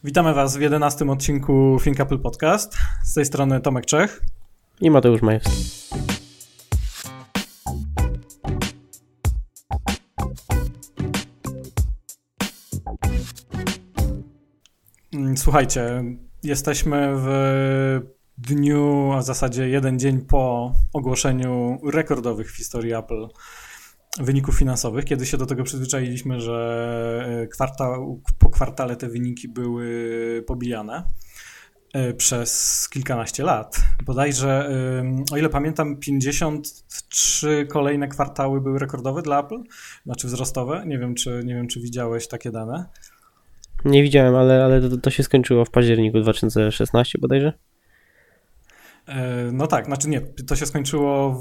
Witamy Was w 11. odcinku Think Apple Podcast. Z tej strony Tomek Czech i Mateusz Majewski. Słuchajcie, jesteśmy w dniu, a w zasadzie jeden dzień po ogłoszeniu rekordowych w historii Apple wyników finansowych, kiedy się do tego przyzwyczailiśmy, że po kwartale te wyniki były pobijane przez kilkanaście lat. Bodajże, o ile pamiętam, 53 kolejne kwartały były rekordowe dla Apple, znaczy wzrostowe. Nie wiem, czy widziałeś takie dane. Nie widziałem, ale to się skończyło w październiku 2016 bodajże? No tak, znaczy nie, to się skończyło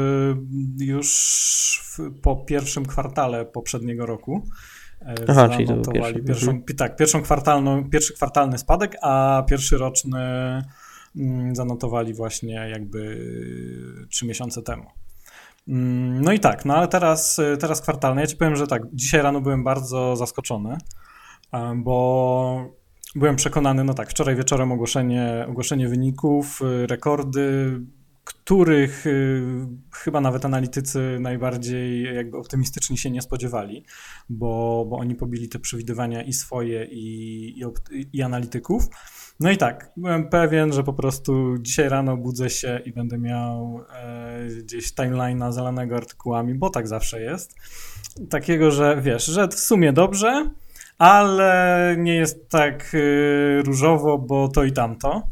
po pierwszym kwartale poprzedniego roku. Aha, czyli to był pierwszy. Pierwszy kwartalny spadek, a pierwszy roczny zanotowali właśnie jakby 3 miesiące temu. No i tak, no ale teraz kwartalny. Ja ci powiem, że tak, dzisiaj rano byłem bardzo zaskoczony, bo byłem przekonany, no tak, wczoraj wieczorem ogłoszenie wyników, rekordy, których chyba nawet analitycy najbardziej jakby optymistyczni się nie spodziewali, bo oni pobili te przewidywania i swoje, i analityków. No i tak, byłem pewien, że po prostu dzisiaj rano budzę się i będę miał gdzieś timeline'a zalanego artykułami, bo tak zawsze jest. Takiego, że wiesz, że w sumie dobrze, ale nie jest tak różowo, bo to i tamto.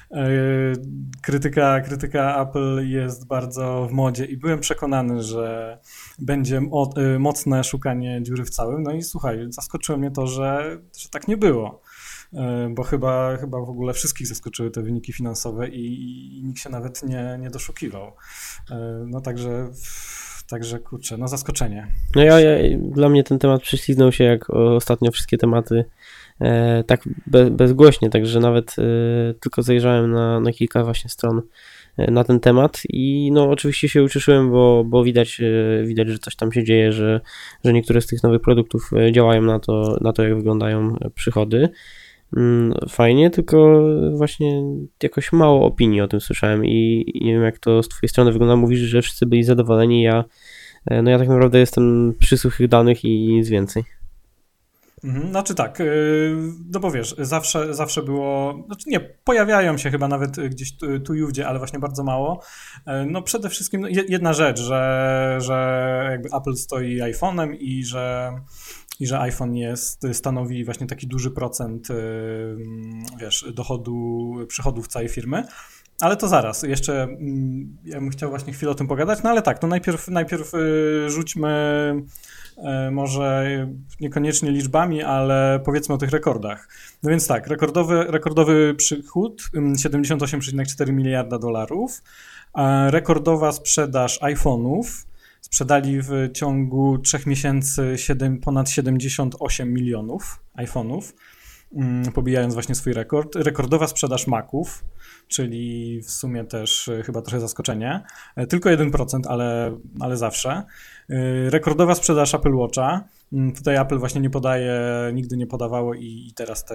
Krytyka Apple jest bardzo w modzie i byłem przekonany, że będzie mocne szukanie dziury w całym. No i słuchaj, zaskoczyło mnie to, że tak nie było, bo chyba w ogóle wszystkich zaskoczyły te wyniki finansowe i nikt się nawet nie doszukiwał. No Także kurczę, no zaskoczenie. No dla mnie ten temat prześliznął się jak ostatnio wszystkie tematy tak bezgłośnie, także nawet tylko zajrzałem na kilka właśnie stron na ten temat i no oczywiście się ucieszyłem, bo widać, że coś tam się dzieje, że niektóre z tych nowych produktów działają na to jak wyglądają przychody. Fajnie, tylko właśnie jakoś mało opinii o tym słyszałem i nie wiem jak to z twojej strony wygląda. Mówisz, że wszyscy byli zadowoleni, ja tak naprawdę jestem przy suchych danych i nic więcej. Znaczy tak, no bo wiesz, zawsze było, znaczy nie, pojawiają się chyba nawet gdzieś tu i ówdzie, ale właśnie bardzo mało. No przede wszystkim jedna rzecz, że jakby Apple stoi iPhone'em i że iPhone stanowi właśnie taki duży procent, wiesz, przychodów całej firmy. Ale to zaraz, jeszcze ja bym chciał właśnie chwilę o tym pogadać, no ale tak, no najpierw rzućmy może niekoniecznie liczbami, ale powiedzmy o tych rekordach. No więc tak, rekordowy przychód 78,4 miliarda dolarów, rekordowa sprzedaż iPhone'ów, sprzedali w ciągu 3 miesięcy ponad 78 milionów iPhone'ów, pobijając właśnie swój rekord. Rekordowa sprzedaż Maców, czyli w sumie też chyba trochę zaskoczenie. Tylko 1%, ale zawsze. Rekordowa sprzedaż Apple Watcha. Tutaj Apple właśnie nigdy nie podawało i teraz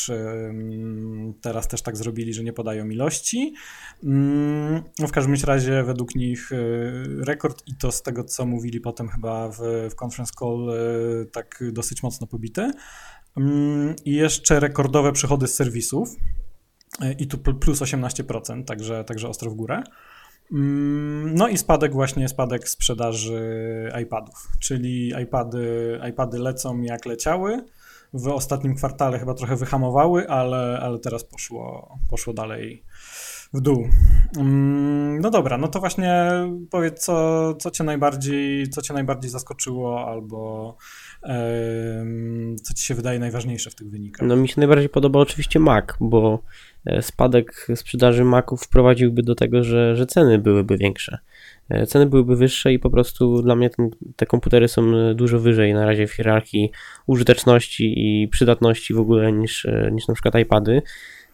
też tak zrobili, że nie podają ilości. No w każdym razie według nich rekord i to z tego, co mówili potem chyba w conference call, tak dosyć mocno pobity. I jeszcze rekordowe przychody z serwisów i tu plus 18%, także ostro w górę. No i spadek sprzedaży iPadów, czyli iPady lecą jak leciały, w ostatnim kwartale chyba trochę wyhamowały, ale teraz poszło dalej w dół. No dobra, no to właśnie powiedz, co cię najbardziej zaskoczyło albo co ci się wydaje najważniejsze w tych wynikach? No mi się najbardziej podoba oczywiście Mac, bo spadek sprzedaży Maców wprowadziłby do tego, że ceny byłyby większe. Ceny byłyby wyższe i po prostu dla mnie te komputery są dużo wyżej na razie w hierarchii użyteczności i przydatności w ogóle niż na przykład iPady.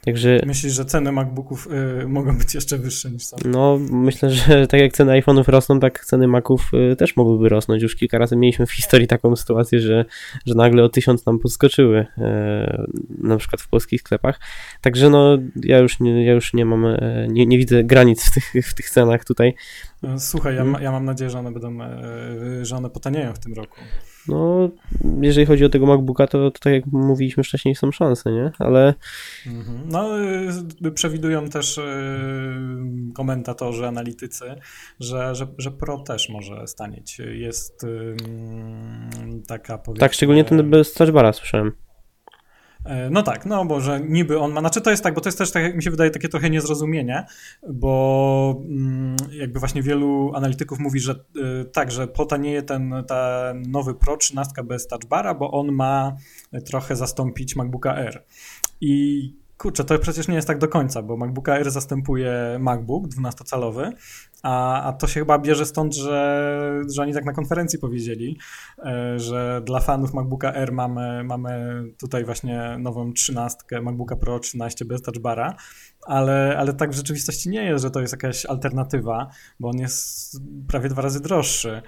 Także Myślisz, że ceny MacBooków mogą być jeszcze wyższe niż są? no, myślę, że tak jak ceny iPhone'ów rosną, tak ceny Maców też mogłyby rosnąć. Już kilka razy mieliśmy w historii taką sytuację, że nagle o 1000 nam podskoczyły, na przykład w polskich sklepach. Także no, ja już nie mam, nie widzę granic w tych cenach tutaj. Słuchaj, ja mam nadzieję, że one że one potanieją w tym roku. No, jeżeli chodzi o tego MacBooka, to tak jak mówiliśmy wcześniej, są szanse, nie? Ale... No, przewidują też komentatorzy, analitycy, że Pro też może stanieć. Jest taka, powiedzmy... Tak, szczególnie ten bez touchbara słyszałem. No tak, no bo że niby on ma, znaczy to jest tak, bo to jest też, tak jak mi się wydaje, takie trochę niezrozumienie, bo jakby właśnie wielu analityków mówi, że tak, że potanieje ten nowy Pro 13 bez touchbara, bo on ma trochę zastąpić MacBooka Air. I kurczę, to przecież nie jest tak do końca, bo MacBooka Air zastępuje MacBook 12-calowy, a to się chyba bierze stąd, że oni tak na konferencji powiedzieli, że dla fanów MacBooka Air mamy tutaj właśnie nową 13, MacBooka Pro 13 bez touchbara, ale tak w rzeczywistości nie jest, że to jest jakaś alternatywa, bo on jest prawie 2 razy droższy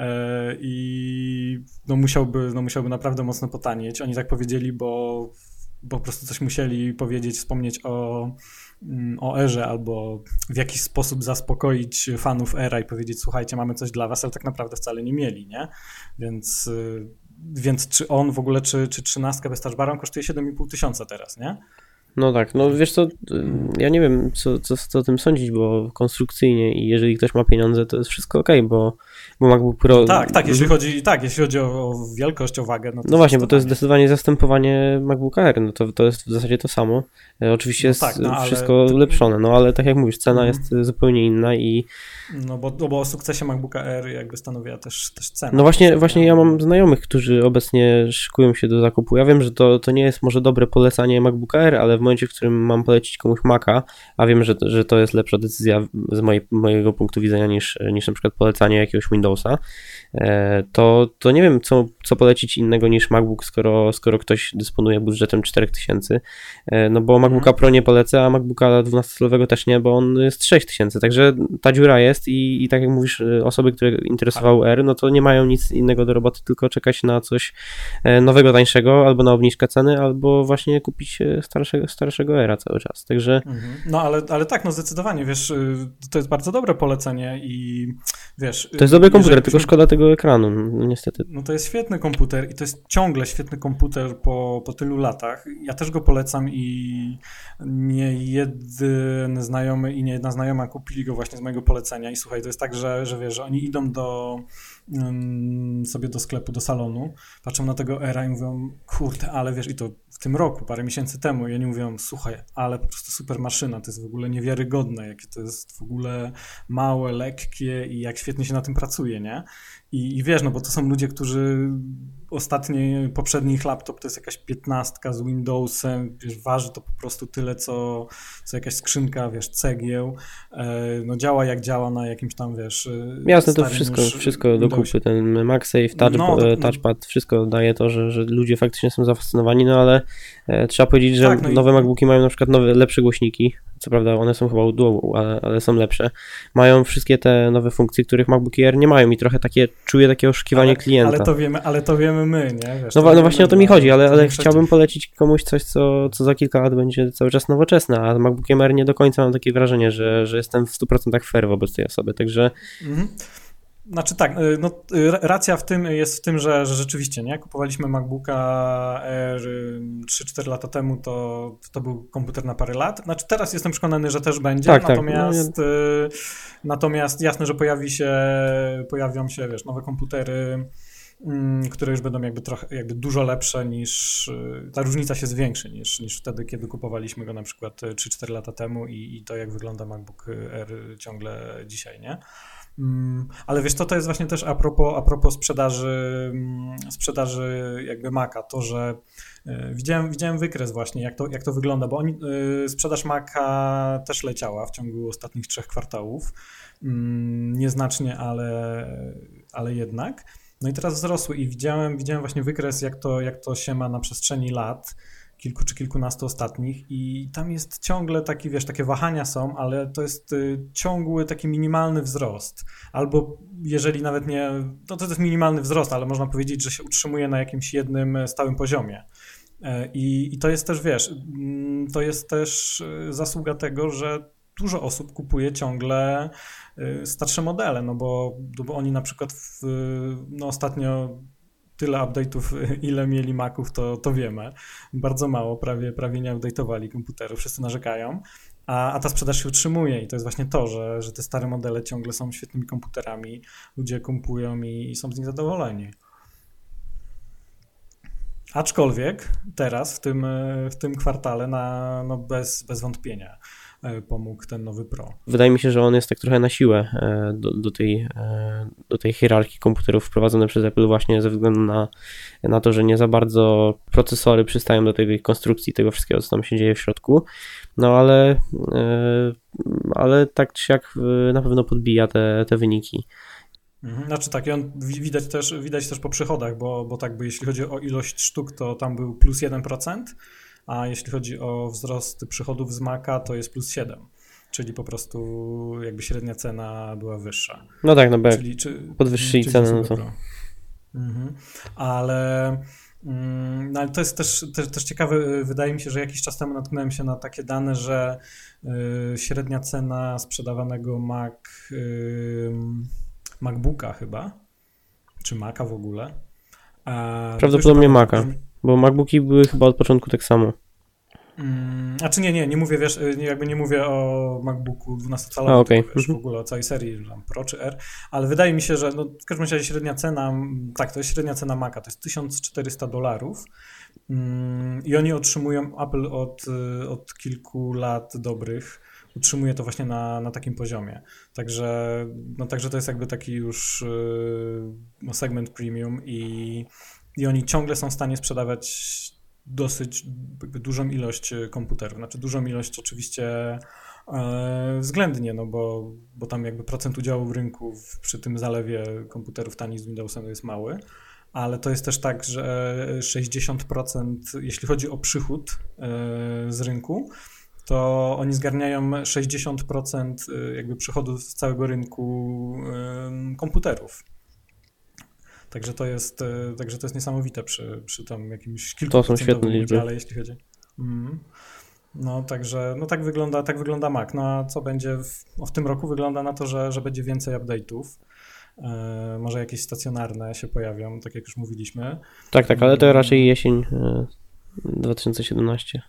i musiałby naprawdę mocno potanieć. Oni tak powiedzieli, bo po prostu coś musieli powiedzieć, wspomnieć o Airze albo w jakiś sposób zaspokoić fanów Aira i powiedzieć, słuchajcie, mamy coś dla was, ale tak naprawdę wcale nie mieli, nie? Więc czy on w ogóle, czy 13 bez touchbara kosztuje 7,5 tysiąca teraz, nie? No tak, no wiesz co, ja nie wiem co o tym sądzić, bo konstrukcyjnie i jeżeli ktoś ma pieniądze, to jest wszystko okej, bo MacBook Pro... No tak, jeśli chodzi o wielkość, o wagę, no właśnie, bo to jest zdecydowanie zastępowanie MacBooka Air, no to jest w zasadzie to samo. Oczywiście jest wszystko ulepszone, no ale tak jak mówisz, cena jest zupełnie inna i... No bo o sukcesie MacBooka Air jakby stanowiła też cena. No właśnie ja mam znajomych, którzy obecnie szykują się do zakupu. Ja wiem, że to nie jest może dobre polecanie MacBooka Air, ale w momencie, w którym mam polecić komuś Maca, a wiem, że to jest lepsza decyzja z mojego punktu widzenia niż na przykład polecanie jakiegoś Windowsa, to nie wiem, co polecić innego niż MacBook, skoro ktoś dysponuje budżetem 4000, no bo MacBooka Pro nie polecę, a MacBooka 12-calowego też nie, bo on jest 6000, także ta dziura jest i tak jak mówisz, osoby, które interesowały R, no to nie mają nic innego do roboty, tylko czekać na coś nowego, tańszego, albo na obniżkę ceny, albo właśnie kupić starszego Era cały czas, także... No ale tak, no zdecydowanie, wiesz, to jest bardzo dobre polecenie i wiesz... To jest dobry komputer, tylko szkoda tego ekranu, no, niestety. No to jest świetny komputer i to jest ciągle świetny komputer po tylu latach. Ja też go polecam i nie jeden znajomy i nie jedna znajoma kupili go właśnie z mojego polecenia i słuchaj, to jest tak, że wiesz, że oni idą sobie do sklepu, do salonu, patrzą na tego Era i mówią, kurde, ale wiesz, i to w tym roku, parę miesięcy temu, i oni mówią, słuchaj, ale po prostu super maszyna, to jest w ogóle niewiarygodne, jakie to jest w ogóle małe, lekkie i jak świetnie się na tym pracuje, nie? I wiesz, no bo to są ludzie, którzy poprzedni ich laptop to jest jakaś 15 z Windowsem, wiesz, waży to po prostu tyle, co jakaś skrzynka, wiesz, cegieł, no działa jak działa na jakimś tam, wiesz... Jasne, to wszystko do kupy, ten MagSafe, touchpad, wszystko daje to, że ludzie faktycznie są zafascynowani, no ale trzeba powiedzieć, że tak, nowe MacBooki mają na przykład lepsze głośniki, co prawda one są chyba u duo, ale są lepsze, mają wszystkie te nowe funkcje, których MacBooki Air nie mają i trochę czuję takie oszukiwanie klienta. Ale to wiemy my, nie? Wiesz, no właśnie o to mi chodzi, ale chciałbym polecić komuś coś, co za kilka lat będzie cały czas nowoczesne, a z MacBookiem Air nie do końca mam takie wrażenie, że jestem w 100% fair wobec tej osoby, także... Znaczy tak, no racja jest w tym, że rzeczywiście, nie? Kupowaliśmy MacBooka Air 3-4 lata temu, to był komputer na parę lat. Znaczy teraz jestem przekonany, że też będzie, natomiast jasne, że pojawią się, wiesz, nowe komputery, które już będą jakby dużo lepsze niż, ta różnica się zwiększy niż wtedy, kiedy kupowaliśmy go na przykład 3-4 lata temu i to jak wygląda MacBook Air ciągle dzisiaj, nie? Ale wiesz, to jest właśnie też a propos sprzedaży jakby Maca, to, że widziałem wykres właśnie, jak to wygląda, bo sprzedaż Maca też leciała w ciągu ostatnich 3 kwartałów, nieznacznie, ale jednak. No i teraz wzrosły i widziałem właśnie wykres, jak to się ma na przestrzeni lat, kilku czy kilkunastu ostatnich i tam jest ciągle taki, wiesz, takie wahania są, ale to jest ciągły taki minimalny wzrost. Albo jeżeli nawet nie, to jest minimalny wzrost, ale można powiedzieć, że się utrzymuje na jakimś jednym stałym poziomie. I to jest też, wiesz, to jest też zasługa tego, że dużo osób kupuje ciągle starsze modele, no bo oni na przykład ostatnio tyle update'ów, ile mieli Maców, to wiemy. Bardzo mało, prawie nie update'owali komputerów, wszyscy narzekają, a ta sprzedaż się utrzymuje i to jest właśnie to, że te stare modele ciągle są świetnymi komputerami, ludzie kupują i są z nich zadowoleni. Aczkolwiek teraz, w tym kwartale, bez wątpienia pomógł ten nowy Pro. Wydaje mi się, że on jest tak trochę na siłę do tej hierarchii komputerów wprowadzone przez Apple właśnie ze względu na to, że nie za bardzo procesory przystają do tej konstrukcji tego wszystkiego, co tam się dzieje w środku. No ale tak czy siak na pewno podbija te wyniki. Znaczy tak, i on widać też po przychodach, bo jeśli chodzi o ilość sztuk, to tam był plus 1%, a jeśli chodzi o wzrost przychodów z Maca, to jest plus 7%, czyli po prostu jakby średnia cena była wyższa. No tak, bo jak podwyższyli cenę, no to... Ale to jest też ciekawe, wydaje mi się, że jakiś czas temu natknąłem się na takie dane, że średnia cena sprzedawanego MacBooka chyba, czy Maca w ogóle. Prawdopodobnie Maca, bo MacBooki były chyba od początku tak samo. Znaczy nie mówię, wiesz, jakby nie mówię o MacBooku 12-calowym, okay. Wiesz, w ogóle o całej serii, tam Pro czy R, ale wydaje mi się, że w każdym razie średnia cena, tak, to jest średnia cena Maca, to jest $1400 i oni otrzymują, Apple od kilku lat dobrych utrzymuje to właśnie na takim poziomie. Także to jest jakby taki już segment premium i oni ciągle są w stanie sprzedawać dosyć dużą ilość komputerów. Znaczy dużą ilość oczywiście względnie, no bo tam jakby procent udziału w rynku przy tym zalewie komputerów tanich z Windowsem jest mały, ale to jest też tak, że 60%, jeśli chodzi o przychód z rynku, to oni zgarniają 60% jakby przychodów z całego rynku komputerów. Także to jest niesamowite przy tam jakimś kilkuprocentowym udziale, jeśli chodzi. No także tak wygląda Mac. No a co będzie w tym roku? Wygląda na to, że będzie więcej update'ów. Może jakieś stacjonarne się pojawią, tak jak już mówiliśmy. Tak, ale to raczej jesień 2017.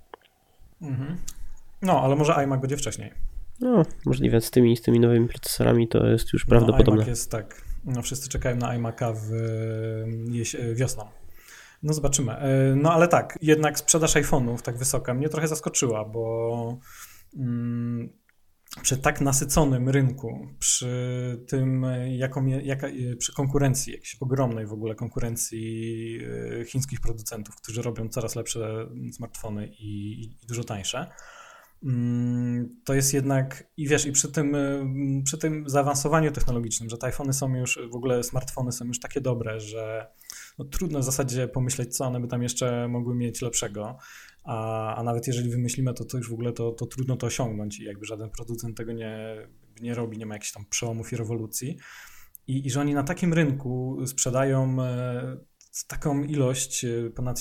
No, ale może iMac będzie wcześniej. No, możliwe. Z tymi nowymi procesorami to jest już prawdopodobne. iMac jest tak. No, wszyscy czekają na iMac'a wiosną. No zobaczymy. No ale tak, jednak sprzedaż iPhone'ów tak wysoka mnie trochę zaskoczyła, bo przy tak nasyconym rynku, przy tym, przy konkurencji, jakiejś ogromnej w ogóle konkurencji chińskich producentów, którzy robią coraz lepsze smartfony i dużo tańsze, to jest jednak, i wiesz, i przy tym zaawansowaniu technologicznym, że te iPhony są już, w ogóle smartfony są już takie dobre, że no, trudno w zasadzie pomyśleć, co one by tam jeszcze mogły mieć lepszego, a nawet jeżeli wymyślimy to już w ogóle to trudno to osiągnąć i jakby żaden producent tego nie robi, nie ma jakichś tam przełomów i rewolucji i że oni na takim rynku sprzedają taką ilość, ponad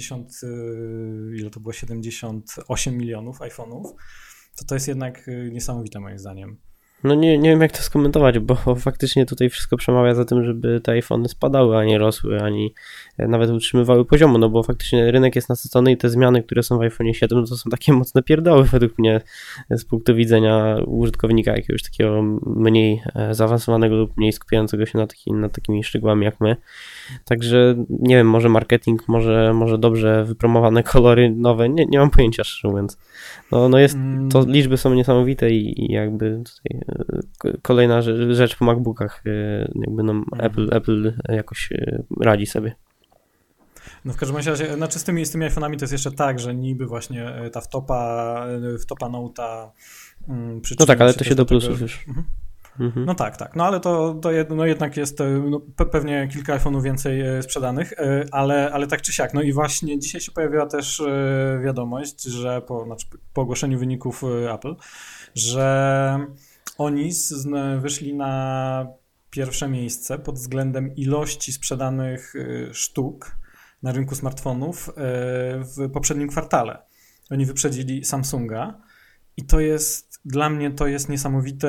78 milionów iPhone'ów, to jest jednak niesamowite moim zdaniem. No nie wiem jak to skomentować, bo faktycznie tutaj wszystko przemawia za tym, żeby te iPhony spadały, a nie rosły, ani nawet utrzymywały poziomu, no bo faktycznie rynek jest nasycony i te zmiany, które są w iPhone 7, no to są takie mocne pierdoły według mnie z punktu widzenia użytkownika jakiegoś takiego mniej zaawansowanego lub mniej skupiającego się nad takimi szczegółami jak my. Także nie wiem, może marketing, może dobrze wypromowane kolory nowe, nie mam pojęcia szczerze mówiąc. No jest, to liczby są niesamowite i jakby tutaj kolejna rzecz po MacBookach, jakby no Apple jakoś radzi sobie. No w każdym razie, znaczy z tymi iPhone'ami to jest jeszcze tak, że niby właśnie ta w topa Note'a no tak, ale to się do plusów już. No tak, no ale no jednak jest no, pewnie kilka iPhone'ów więcej sprzedanych, ale tak czy siak. No i właśnie dzisiaj się pojawiła też wiadomość, że po ogłoszeniu wyników Apple, że oni wyszli na pierwsze miejsce pod względem ilości sprzedanych sztuk na rynku smartfonów w poprzednim kwartale. Oni wyprzedzili Samsunga i dla mnie to jest niesamowite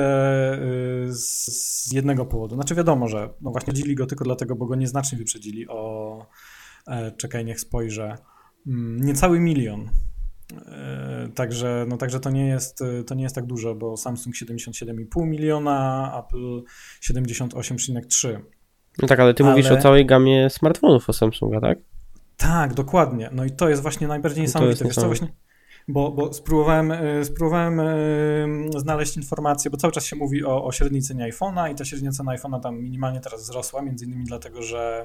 z jednego powodu. Znaczy wiadomo, że no właśnie wyprzedzili go tylko dlatego, bo go nieznacznie wyprzedzili czekaj, niech spojrzę, niecały milion. Także to nie jest tak dużo, bo Samsung 77,5 miliona, Apple 78,3. No tak, ale ty mówisz o całej gamie smartfonów o Samsunga, tak? Tak, dokładnie. No i to jest właśnie najbardziej niesamowite. Wiesz co, właśnie, bo spróbowałem znaleźć informacje, bo cały czas się mówi o średniej cenie iPhone'a i ta średnia cena iPhone'a tam minimalnie teraz wzrosła, między innymi dlatego,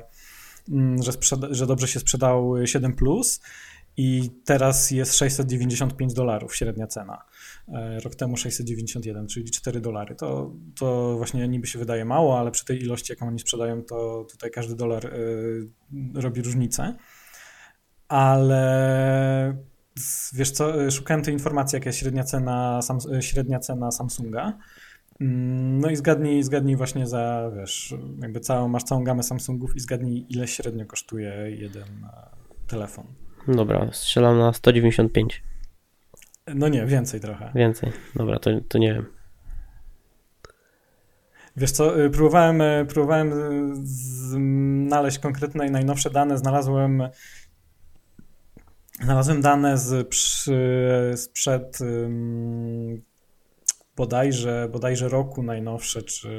że dobrze się sprzedał 7 Plus i teraz jest $695 średnia cena. Rok temu 691, czyli $4. To właśnie niby się wydaje mało, ale przy tej ilości, jaką oni sprzedają, to tutaj każdy dolar robi różnicę. Ale wiesz co, szukałem tej informacji, jaka jest średnia cena Samsunga. No i zgadnij właśnie wiesz, jakby masz całą gamę Samsungów i zgadnij, ile średnio kosztuje jeden telefon. Dobra, strzelam na 195. No nie, więcej trochę. Więcej, dobra, to nie wiem. Wiesz co, próbowałem znaleźć konkretne i najnowsze dane, znalazłem dane sprzed bodajże roku najnowsze,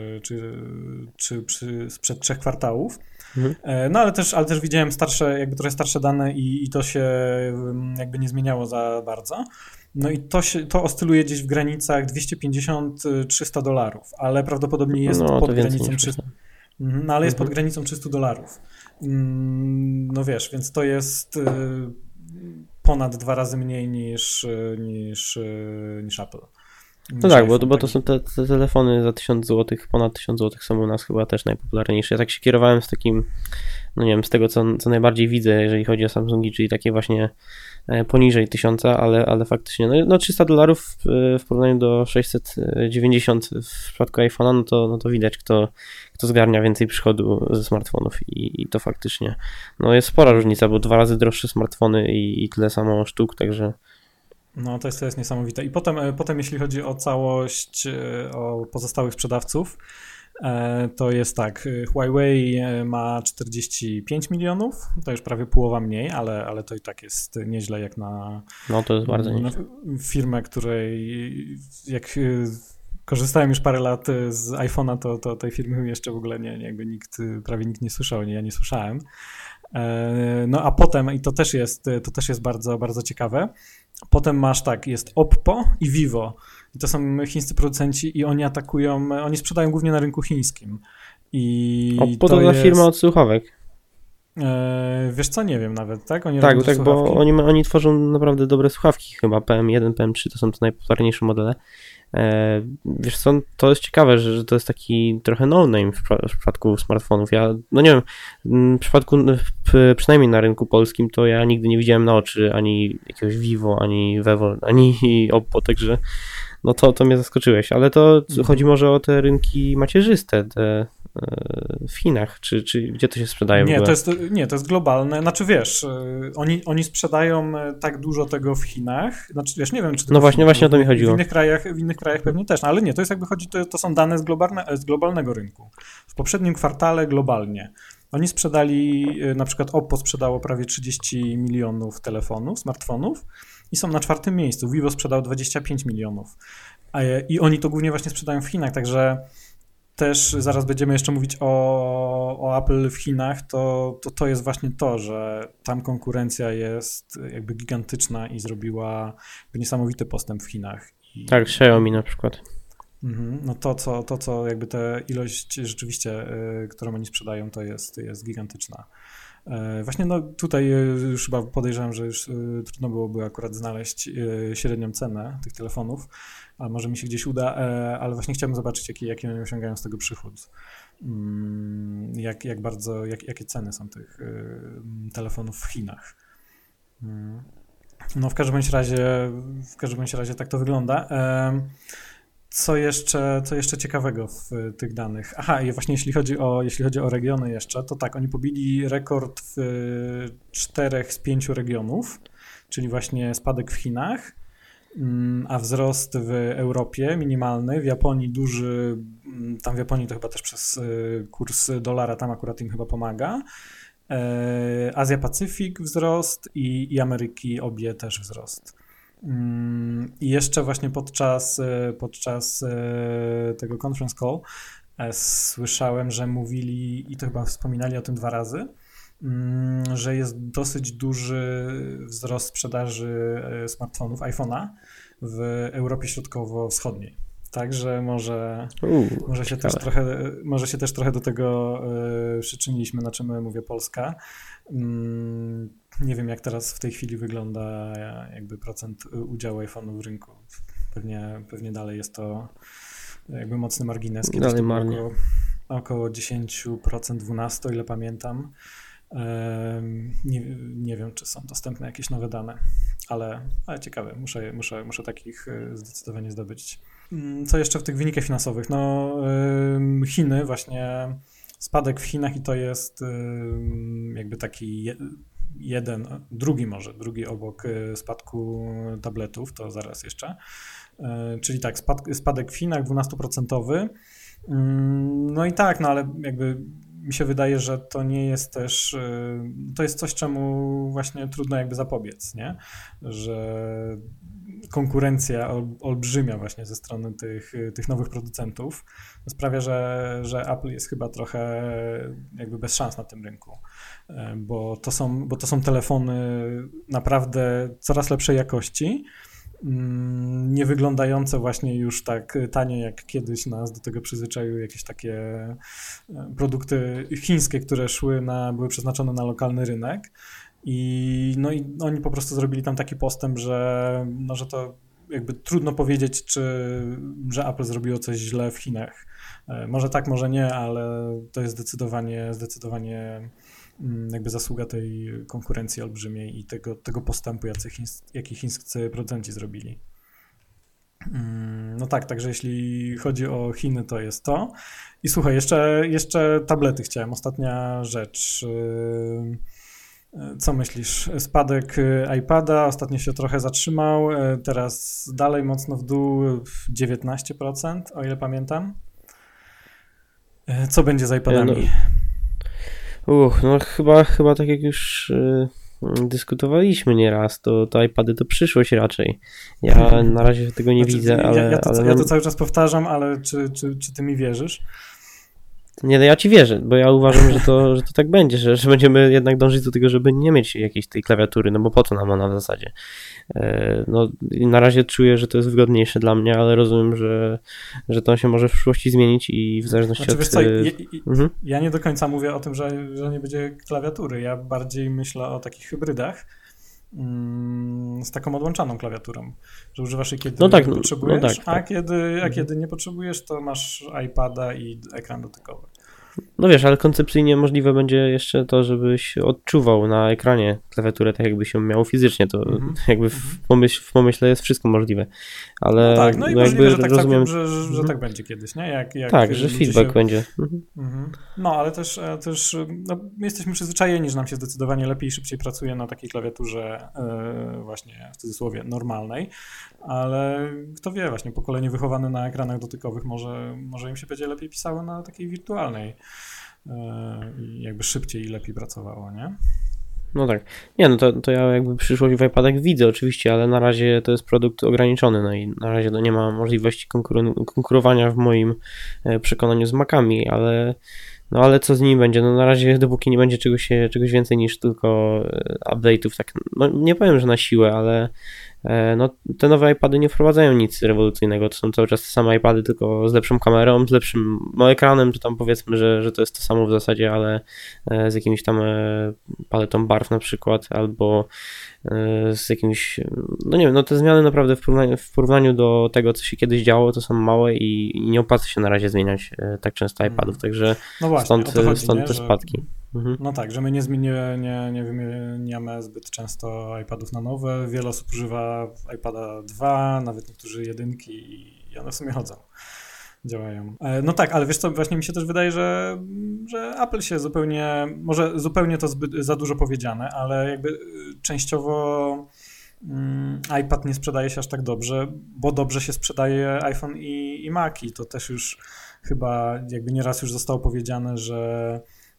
czy sprzed 3 kwartałów. No ale też widziałem trochę starsze dane i to się jakby nie zmieniało za bardzo. No i to oscyluje gdzieś w granicach $250-300, ale prawdopodobnie jest pod granicą 300. No ale jest pod granicą $300. No wiesz, więc to jest ponad 2 razy mniej niż Apple. No tak, bo to są te telefony za 1000 zł, ponad 1000 zł są u nas chyba też najpopularniejsze. Ja tak się kierowałem z takim, no nie wiem, z tego co najbardziej widzę, jeżeli chodzi o Samsungi, czyli takie właśnie poniżej 1000, ale faktycznie, no $300 w porównaniu do 690 w przypadku iPhone'a, no to widać, kto zgarnia więcej przychodu ze smartfonów i to faktycznie, no jest spora różnica, bo 2 razy droższe smartfony i tyle samo sztuk, także... No to jest niesamowite. I potem jeśli chodzi o całość, o pozostałych sprzedawców, to jest tak, Huawei ma 45 milionów, to już prawie połowa mniej, ale to i tak jest nieźle jak na, no to jest bardzo nieźle. Firmę, której jak korzystałem już parę lat z iPhone'a, to tej firmy jeszcze w ogóle prawie nikt nie słyszał, ja nie słyszałem. No a potem, i to też jest bardzo, bardzo ciekawe, potem masz jest Oppo i Vivo. I to są chińscy producenci i oni sprzedają głównie na rynku chińskim. Oppo to jest firma od słuchawek. Wiesz co, nie wiem nawet, tak? Tak, bo oni tworzą naprawdę dobre słuchawki, chyba PM1, PM3 to są te najpopularniejsze modele. Wiesz co, to jest ciekawe, że to jest taki trochę no-name w przypadku smartfonów. Ja, no nie wiem, w przypadku, przynajmniej na rynku polskim, to ja nigdy nie widziałem na oczy ani jakiegoś Vivo, ani Vevo, ani Oppo, także no to mnie zaskoczyłeś, ale to chodzi może o te rynki macierzyste, w Chinach, czy gdzie to się sprzedaje w ogóle? To jest globalne, znaczy wiesz, oni sprzedają tak dużo tego w Chinach, znaczy wiesz, nie wiem, czy to no właśnie o to mi chodziło. W innych krajach pewnie też, no, ale nie, to jest jakby to są dane z globalnego rynku. W poprzednim kwartale globalnie. Oni sprzedali, na przykład Oppo sprzedało prawie 30 milionów smartfonów i są na 4. miejscu. Vivo sprzedał 25 milionów. I oni to głównie właśnie sprzedają w Chinach, także też zaraz będziemy jeszcze mówić o Apple w Chinach, to jest właśnie to, że tam konkurencja jest jakby gigantyczna i zrobiła niesamowity postęp w Chinach. Tak, Xiaomi na przykład. No to co jakby ta ilość rzeczywiście, którą oni sprzedają, to jest gigantyczna. Właśnie no tutaj już chyba podejrzewam, że już trudno byłoby akurat znaleźć średnią cenę tych telefonów, a może mi się gdzieś uda, ale właśnie chciałbym zobaczyć, jaki oni osiągają z tego przychód. Jakie ceny są tych telefonów w Chinach. No w każdym bądź razie tak to wygląda. Co jeszcze ciekawego w tych danych? Aha, i właśnie jeśli chodzi o regiony jeszcze, to tak, oni pobili rekord w 4 z 5 regionów, czyli właśnie spadek w Chinach, a wzrost w Europie minimalny, w Japonii duży, tam w Japonii to chyba też przez kurs dolara, tam akurat im chyba pomaga. Azja Pacyfik wzrost i Ameryki obie też wzrost. I jeszcze właśnie podczas tego conference call słyszałem, że mówili, i to chyba wspominali o tym 2 razy, że jest dosyć duży wzrost sprzedaży smartfonów, iPhone'a w Europie Środkowo-Wschodniej. Także może się też trochę do tego przyczyniliśmy, na czym mówię Polska. Nie wiem, jak teraz w tej chwili wygląda jakby procent udziału iPhone'u w rynku. Pewnie dalej jest to jakby mocny margines. Kiedyś to było około 10%, 12%, o ile pamiętam. Nie wiem, czy są dostępne jakieś nowe dane, ale ciekawe, muszę takich zdecydowanie zdobyć. Co jeszcze w tych wynikach finansowych? No, Chiny właśnie, spadek w Chinach i to jest jakby taki drugi obok spadku tabletów, to zaraz jeszcze. Czyli tak, spadek w Chinach 12%. No i tak, no ale jakby mi się wydaje, że to nie jest też, to jest coś, czemu właśnie trudno jakby zapobiec, nie? Że konkurencja olbrzymia właśnie ze strony tych nowych producentów sprawia, że Apple jest chyba trochę jakby bez szans na tym rynku, bo to są telefony naprawdę coraz lepszej jakości, nie wyglądające właśnie już tak tanie, jak kiedyś nas do tego przyzwyczaiły jakieś takie produkty chińskie, które były przeznaczone na lokalny rynek. I oni po prostu zrobili tam taki postęp, że to jakby trudno powiedzieć, że Apple zrobiło coś źle w Chinach. Może tak, może nie, ale to jest zdecydowanie jakby zasługa tej konkurencji olbrzymiej i tego postępu, jaki chińscy producenci zrobili. No tak, także jeśli chodzi o Chiny, to jest to. I słuchaj, jeszcze tablety chciałem, ostatnia rzecz. Co myślisz? Spadek iPada ostatnio się trochę zatrzymał, teraz dalej mocno w dół, 19%, o ile pamiętam. Co będzie z iPadami? No chyba tak jak już dyskutowaliśmy nieraz, to iPady to przyszłość raczej. Ja na razie tego nie widzę, ale... Ja to cały czas powtarzam, ale czy ty mi wierzysz? Nie, no ja ci wierzę, bo ja uważam, że to tak będzie, że będziemy jednak dążyć do tego, żeby nie mieć jakiejś tej klawiatury, no bo po co nam ona w zasadzie? No na razie czuję, że to jest wygodniejsze dla mnie, ale rozumiem, że to się może w przyszłości zmienić i w zależności od... Wiesz co, ja nie do końca mówię o tym, że nie będzie klawiatury, ja bardziej myślę o takich hybrydach, z taką odłączaną klawiaturą, że używasz jej kiedy potrzebujesz, a kiedy nie potrzebujesz, to masz iPada i ekran dotykowy. No wiesz, ale koncepcyjnie możliwe będzie jeszcze to, żebyś odczuwał na ekranie klawiaturę tak jakbyś ją miał fizycznie, to jakby w pomyśle jest wszystko możliwe, ale no tak, no i możliwe, że tak, rozumiem, że tak będzie kiedyś, nie? Tak, że feedback będzie. No, ale też no, my jesteśmy przyzwyczajeni, że nam się zdecydowanie lepiej i szybciej pracuje na takiej klawiaturze właśnie w cudzysłowie normalnej, ale kto wie, właśnie pokolenie wychowane na ekranach dotykowych może im się będzie lepiej pisało na takiej wirtualnej i jakby szybciej i lepiej pracowało, nie? No tak. Nie, no to ja jakby przyszłość w iPadach widzę oczywiście, ale na razie to jest produkt ograniczony, no i na razie to nie ma możliwości konkurowania w moim przekonaniu z Macami, ale co z nimi będzie? No na razie dopóki nie będzie czegoś więcej niż tylko update'ów, tak, no nie powiem, że na siłę, ale no te nowe iPady nie wprowadzają nic rewolucyjnego, to są cały czas te same iPady, tylko z lepszą kamerą, z lepszym ekranem, czy tam powiedzmy, że to jest to samo w zasadzie, ale z jakimś tam paletą barw na przykład, albo z jakimś, no nie wiem, no te zmiany naprawdę w porównaniu do tego, co się kiedyś działo, to są małe i nie opłaca się na razie zmieniać tak często iPadów, także no właśnie, stąd te spadki. No tak, że my nie wymieniamy zbyt często iPadów na nowe. Wiele osób używa iPada 2, nawet niektórzy jedynki i one w sumie chodzą, działają. No tak, ale wiesz co, właśnie mi się też wydaje, że Apple się może zupełnie to za dużo powiedziane, ale jakby częściowo iPad nie sprzedaje się aż tak dobrze, bo dobrze się sprzedaje iPhone i Mac i to też już chyba jakby nieraz już zostało powiedziane, że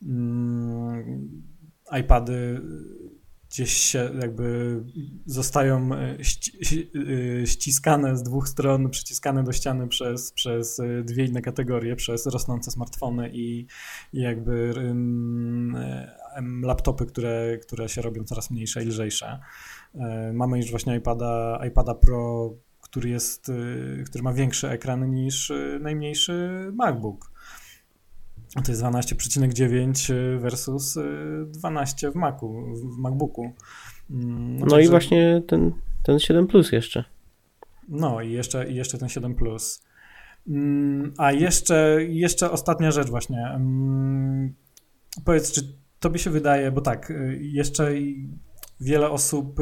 iPady gdzieś się jakby zostają ściskane z dwóch stron, przyciskane do ściany przez dwie inne kategorie, przez rosnące smartfony i jakby laptopy, które się robią coraz mniejsze i lżejsze. Mamy już właśnie iPada Pro, który ma większy ekran niż najmniejszy MacBook. To jest 12,9 versus 12 w MacBooku. No i właśnie ten 7 Plus jeszcze. No i jeszcze ten 7 Plus. A jeszcze ostatnia rzecz właśnie. Powiedz, czy tobie się wydaje, bo tak, jeszcze wiele osób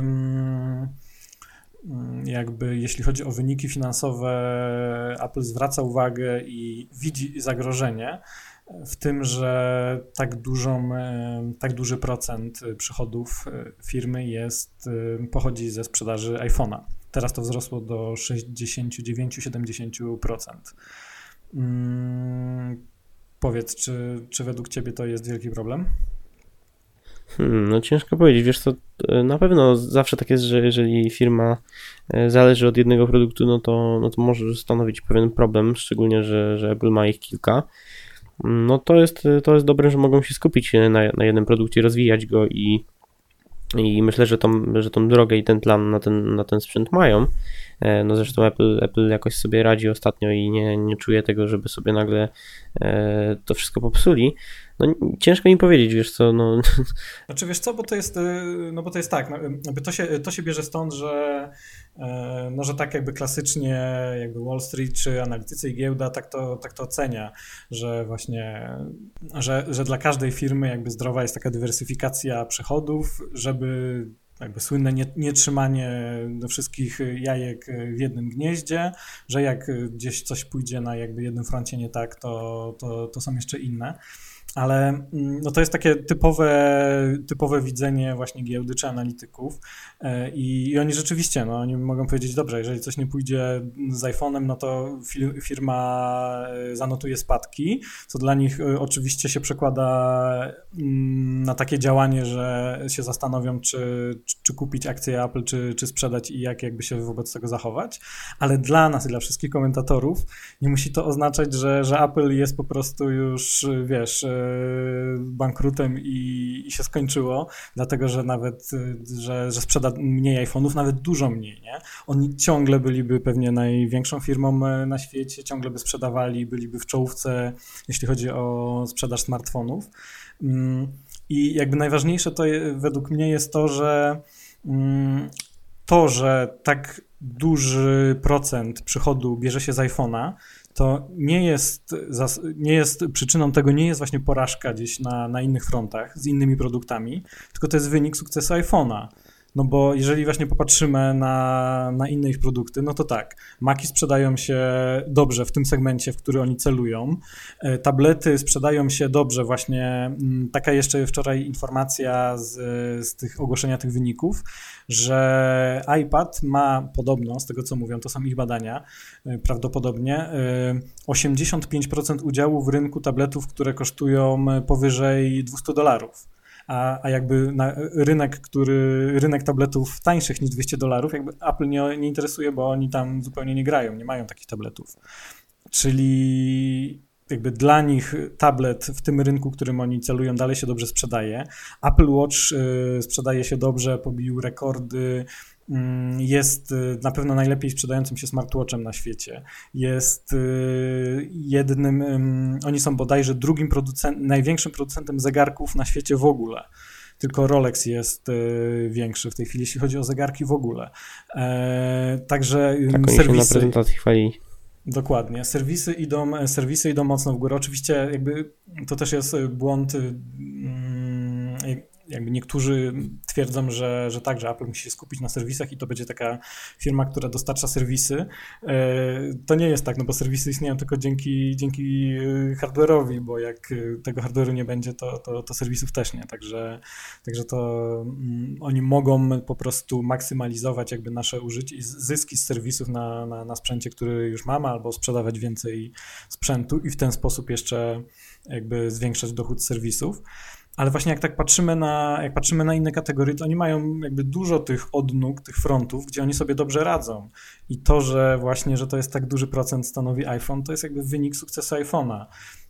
jakby jeśli chodzi o wyniki finansowe, Apple zwraca uwagę i widzi zagrożenie w tym, że tak duży procent przychodów firmy pochodzi ze sprzedaży iPhone'a. Teraz to wzrosło do 69-70%. Powiedz, czy według ciebie to jest wielki problem? No ciężko powiedzieć, wiesz co, na pewno zawsze tak jest, że jeżeli firma zależy od jednego produktu, no to może stanowić pewien problem, szczególnie, że Apple ma ich kilka. No to jest dobre, że mogą się skupić na jednym produkcie, rozwijać go i myślę, że tą drogę i ten plan na ten sprzęt mają. No zresztą Apple jakoś sobie radzi ostatnio i nie czuje tego, żeby sobie nagle to wszystko popsuli. No ciężko mi powiedzieć, wiesz co, no. Znaczy wiesz co, bo to jest tak, to się bierze stąd, że tak jakby klasycznie jakby Wall Street czy analitycy i giełda tak to ocenia, że właśnie, że dla każdej firmy jakby zdrowa jest taka dywersyfikacja przychodów, żeby jakby słynne nie trzymanie do wszystkich jajek w jednym gnieździe, że jak gdzieś coś pójdzie na jakby jednym froncie nie tak, to są jeszcze inne. Ale no to jest takie typowe widzenie właśnie giełdy czy analityków i oni rzeczywiście, no oni mogą powiedzieć, dobrze, jeżeli coś nie pójdzie z iPhone'em, no to firma zanotuje spadki, co dla nich oczywiście się przekłada na takie działanie, że się zastanowią, czy kupić akcję Apple, czy sprzedać i jak jakby się wobec tego zachować, ale dla nas i dla wszystkich komentatorów nie musi to oznaczać, że Apple jest po prostu już, wiesz, bankrutem i się skończyło, dlatego, że nawet, że sprzeda mniej iPhone'ów, nawet dużo mniej, nie? Oni ciągle byliby pewnie największą firmą na świecie, ciągle by sprzedawali, byliby w czołówce, jeśli chodzi o sprzedaż smartfonów. I jakby najważniejsze to według mnie jest to, że tak duży procent przychodu bierze się z iPhone'a, to nie jest przyczyną tego, nie jest właśnie porażka gdzieś na innych frontach z innymi produktami, tylko to jest wynik sukcesu iPhone'a. No bo jeżeli właśnie popatrzymy na inne ich produkty, no to tak, Maci sprzedają się dobrze w tym segmencie, w który oni celują, tablety sprzedają się dobrze, właśnie taka jeszcze wczoraj informacja z tych ogłoszenia tych wyników, że iPad ma podobno, z tego co mówią, to są ich badania, prawdopodobnie 85% udziału w rynku tabletów, które kosztują powyżej $200. A jakby rynek tabletów tańszych niż $200 jakby Apple nie interesuje, bo oni tam zupełnie nie grają, nie mają takich tabletów. Czyli jakby dla nich tablet w tym rynku, którym oni celują, dalej się dobrze sprzedaje. Apple Watch sprzedaje się dobrze, pobił rekordy jest na pewno najlepiej sprzedającym się smartwatchem na świecie. Jest oni są bodajże drugim największym producentem zegarków na świecie w ogóle. Tylko Rolex jest większy w tej chwili, jeśli chodzi o zegarki w ogóle. Także tak, oni się na prezentacji chwalili. Dokładnie. Serwisy idą mocno w górę. Oczywiście jakby to też jest błąd. Jakby niektórzy twierdzą, że tak, że Apple musi się skupić na serwisach i to będzie taka firma, która dostarcza serwisy. To nie jest tak, no bo serwisy istnieją tylko dzięki hardware'owi, bo jak tego hardware'u nie będzie, to serwisów też nie. Także to oni mogą po prostu maksymalizować jakby nasze użycie i zyski z serwisów na sprzęcie, który już mamy, albo sprzedawać więcej sprzętu i w ten sposób jeszcze jakby zwiększać dochód z serwisów. Ale właśnie jak tak patrzymy na inne kategorie, to oni mają jakby dużo tych odnóg, tych frontów, gdzie oni sobie dobrze radzą. I to, że to jest tak duży procent stanowi iPhone, to jest jakby wynik sukcesu iPhone'a.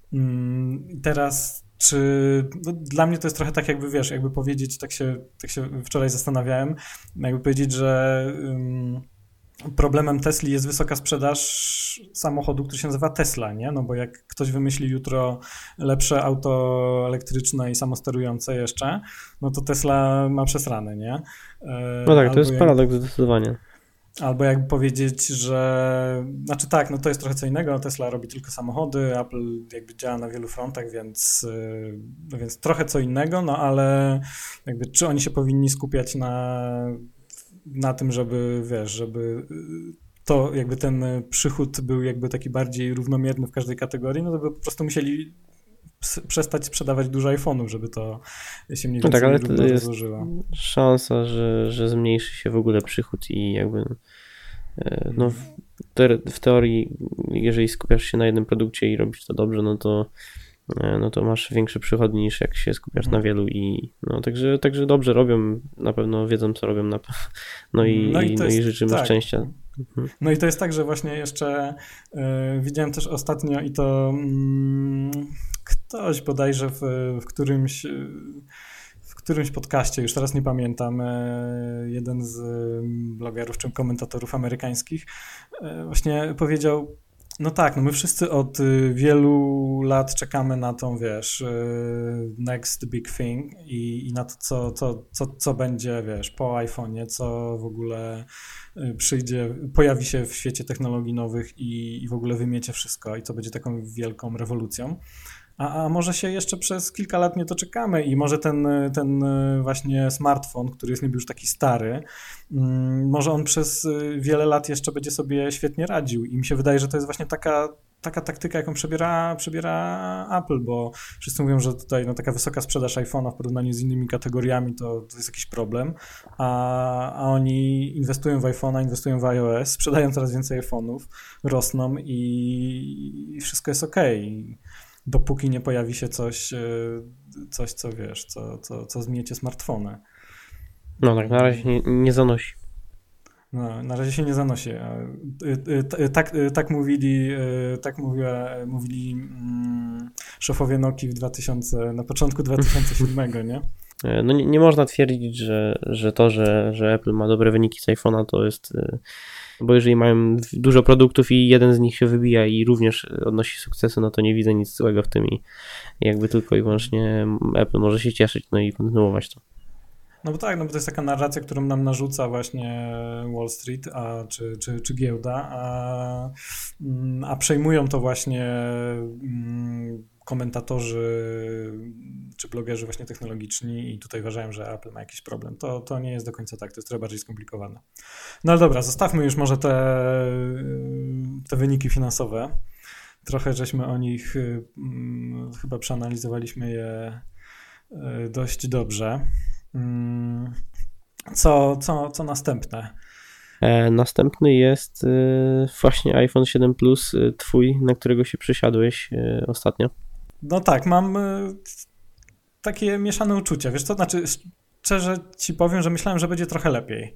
Teraz dla mnie to jest trochę tak jakby, wiesz, jakby powiedzieć, tak się wczoraj zastanawiałem, jakby powiedzieć, że problemem Tesli jest wysoka sprzedaż samochodu, który się nazywa Tesla, nie? No bo jak ktoś wymyśli jutro lepsze auto elektryczne i samosterujące jeszcze, no to Tesla ma przesrane, nie? No tak, to jest paradoks zdecydowanie. Albo jakby powiedzieć, że... Znaczy tak, no to jest trochę co innego, Tesla robi tylko samochody, Apple jakby działa na wielu frontach, więc trochę co innego, no ale jakby czy oni się powinni skupiać na tym, żeby to jakby ten przychód był jakby taki bardziej równomierny w każdej kategorii, no to by po prostu musieli przestać sprzedawać dużo iPhone'ów, żeby to się mniej więcej równo rozłożyło. Szansa, że zmniejszy się w ogóle przychód i jakby no w teorii, jeżeli skupiasz się na jednym produkcie i robisz to dobrze, no to masz większy przychód niż jak się skupiasz na wielu i no także dobrze robią, na pewno wiedzą co robią, i życzymy szczęścia. No i to jest tak, że właśnie jeszcze widziałem też ostatnio i to ktoś bodajże w którymś podcaście, już teraz nie pamiętam, jeden z blogerów czy komentatorów amerykańskich właśnie powiedział, no tak, no my wszyscy od wielu lat czekamy na tą, wiesz, next big thing i na to, co będzie, wiesz, po iPhone'ie, co w ogóle przyjdzie, pojawi się w świecie technologii nowych i w ogóle wymiecie wszystko i co będzie taką wielką rewolucją. A może się jeszcze przez kilka lat nie doczekamy i może ten właśnie smartfon, który jest niby już taki stary, może on przez wiele lat jeszcze będzie sobie świetnie radził i mi się wydaje, że to jest właśnie taka taktyka, jaką przebiera Apple, bo wszyscy mówią, że tutaj no, taka wysoka sprzedaż iPhone'a w porównaniu z innymi kategoriami to jest jakiś problem, a oni inwestują w iPhone'a, inwestują w iOS, sprzedają coraz więcej iPhone'ów, rosną i wszystko jest okej. Dopóki nie pojawi się coś, co wiesz, co zmiecie smartfony. No tak, na razie nie zanosi. No, na razie się nie zanosi. Tak mówili szefowie Nokii na początku 2007, nie? No nie można twierdzić, że Apple ma dobre wyniki z iPhone'a, to jest... Bo jeżeli mają dużo produktów i jeden z nich się wybija i również odnosi sukcesy, no to nie widzę nic złego w tym i jakby tylko i wyłącznie Apple może się cieszyć, no i kontynuować to. No bo tak, no bo to jest taka narracja, którą nam narzuca właśnie Wall Street czy giełda, a przejmują to właśnie komentatorzy czy blogerzy właśnie technologiczni i tutaj uważają, że Apple ma jakiś problem. To nie jest do końca tak, to jest trochę bardziej skomplikowane. No ale dobra, zostawmy już może te wyniki finansowe. Trochę żeśmy o nich chyba przeanalizowaliśmy je dość dobrze. Co następne? Następny jest właśnie iPhone 7 Plus, twój, na którego się przysiadłeś ostatnio. No tak, mam takie mieszane uczucia. Wiesz co, znaczy szczerze ci powiem, że myślałem, że będzie trochę lepiej.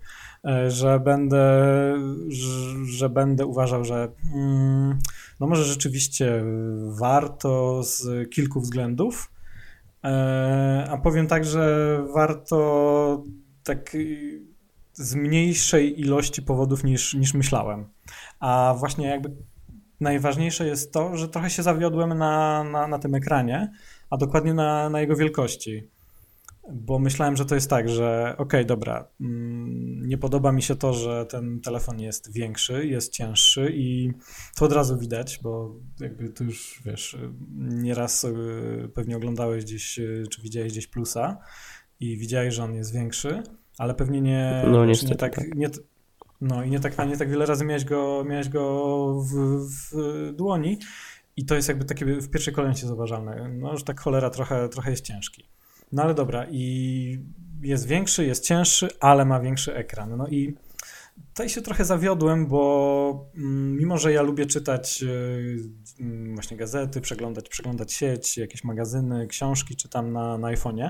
Że będę uważał, że no może rzeczywiście warto z kilku względów. A powiem tak, że warto tak z mniejszej ilości powodów niż myślałem. A właśnie jakby najważniejsze jest to, że trochę się zawiodłem na tym ekranie, a dokładnie na jego wielkości. Bo myślałem, że to jest tak, że okej, dobra, nie podoba mi się to, że ten telefon jest większy, jest cięższy i to od razu widać, bo jakby tu już, wiesz, nieraz pewnie oglądałeś gdzieś, czy widziałeś gdzieś plusa i widziałeś, że on jest większy, ale pewnie nie, No wiesz, niestety, tak. no i nie tak wiele razy miałeś go w dłoni i to jest jakby takie w pierwszej kolejności zauważalne. No, że tak cholera trochę jest ciężki. No ale dobra, i jest większy, jest cięższy, ale ma większy ekran. No i tutaj się trochę zawiodłem, bo mimo, że ja lubię czytać właśnie gazety, przeglądać sieć, jakieś magazyny, książki czytam na iPhone'ie,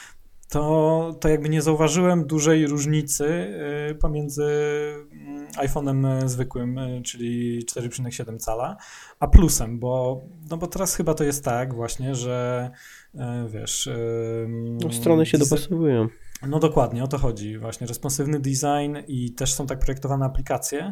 to jakby nie zauważyłem dużej różnicy pomiędzy iPhone'em zwykłym, czyli 4,7 cala, a plusem, no bo teraz chyba to jest tak właśnie, że wiesz... No, strony się dopasowują. No dokładnie, o to chodzi. Właśnie responsywny design i też są tak projektowane aplikacje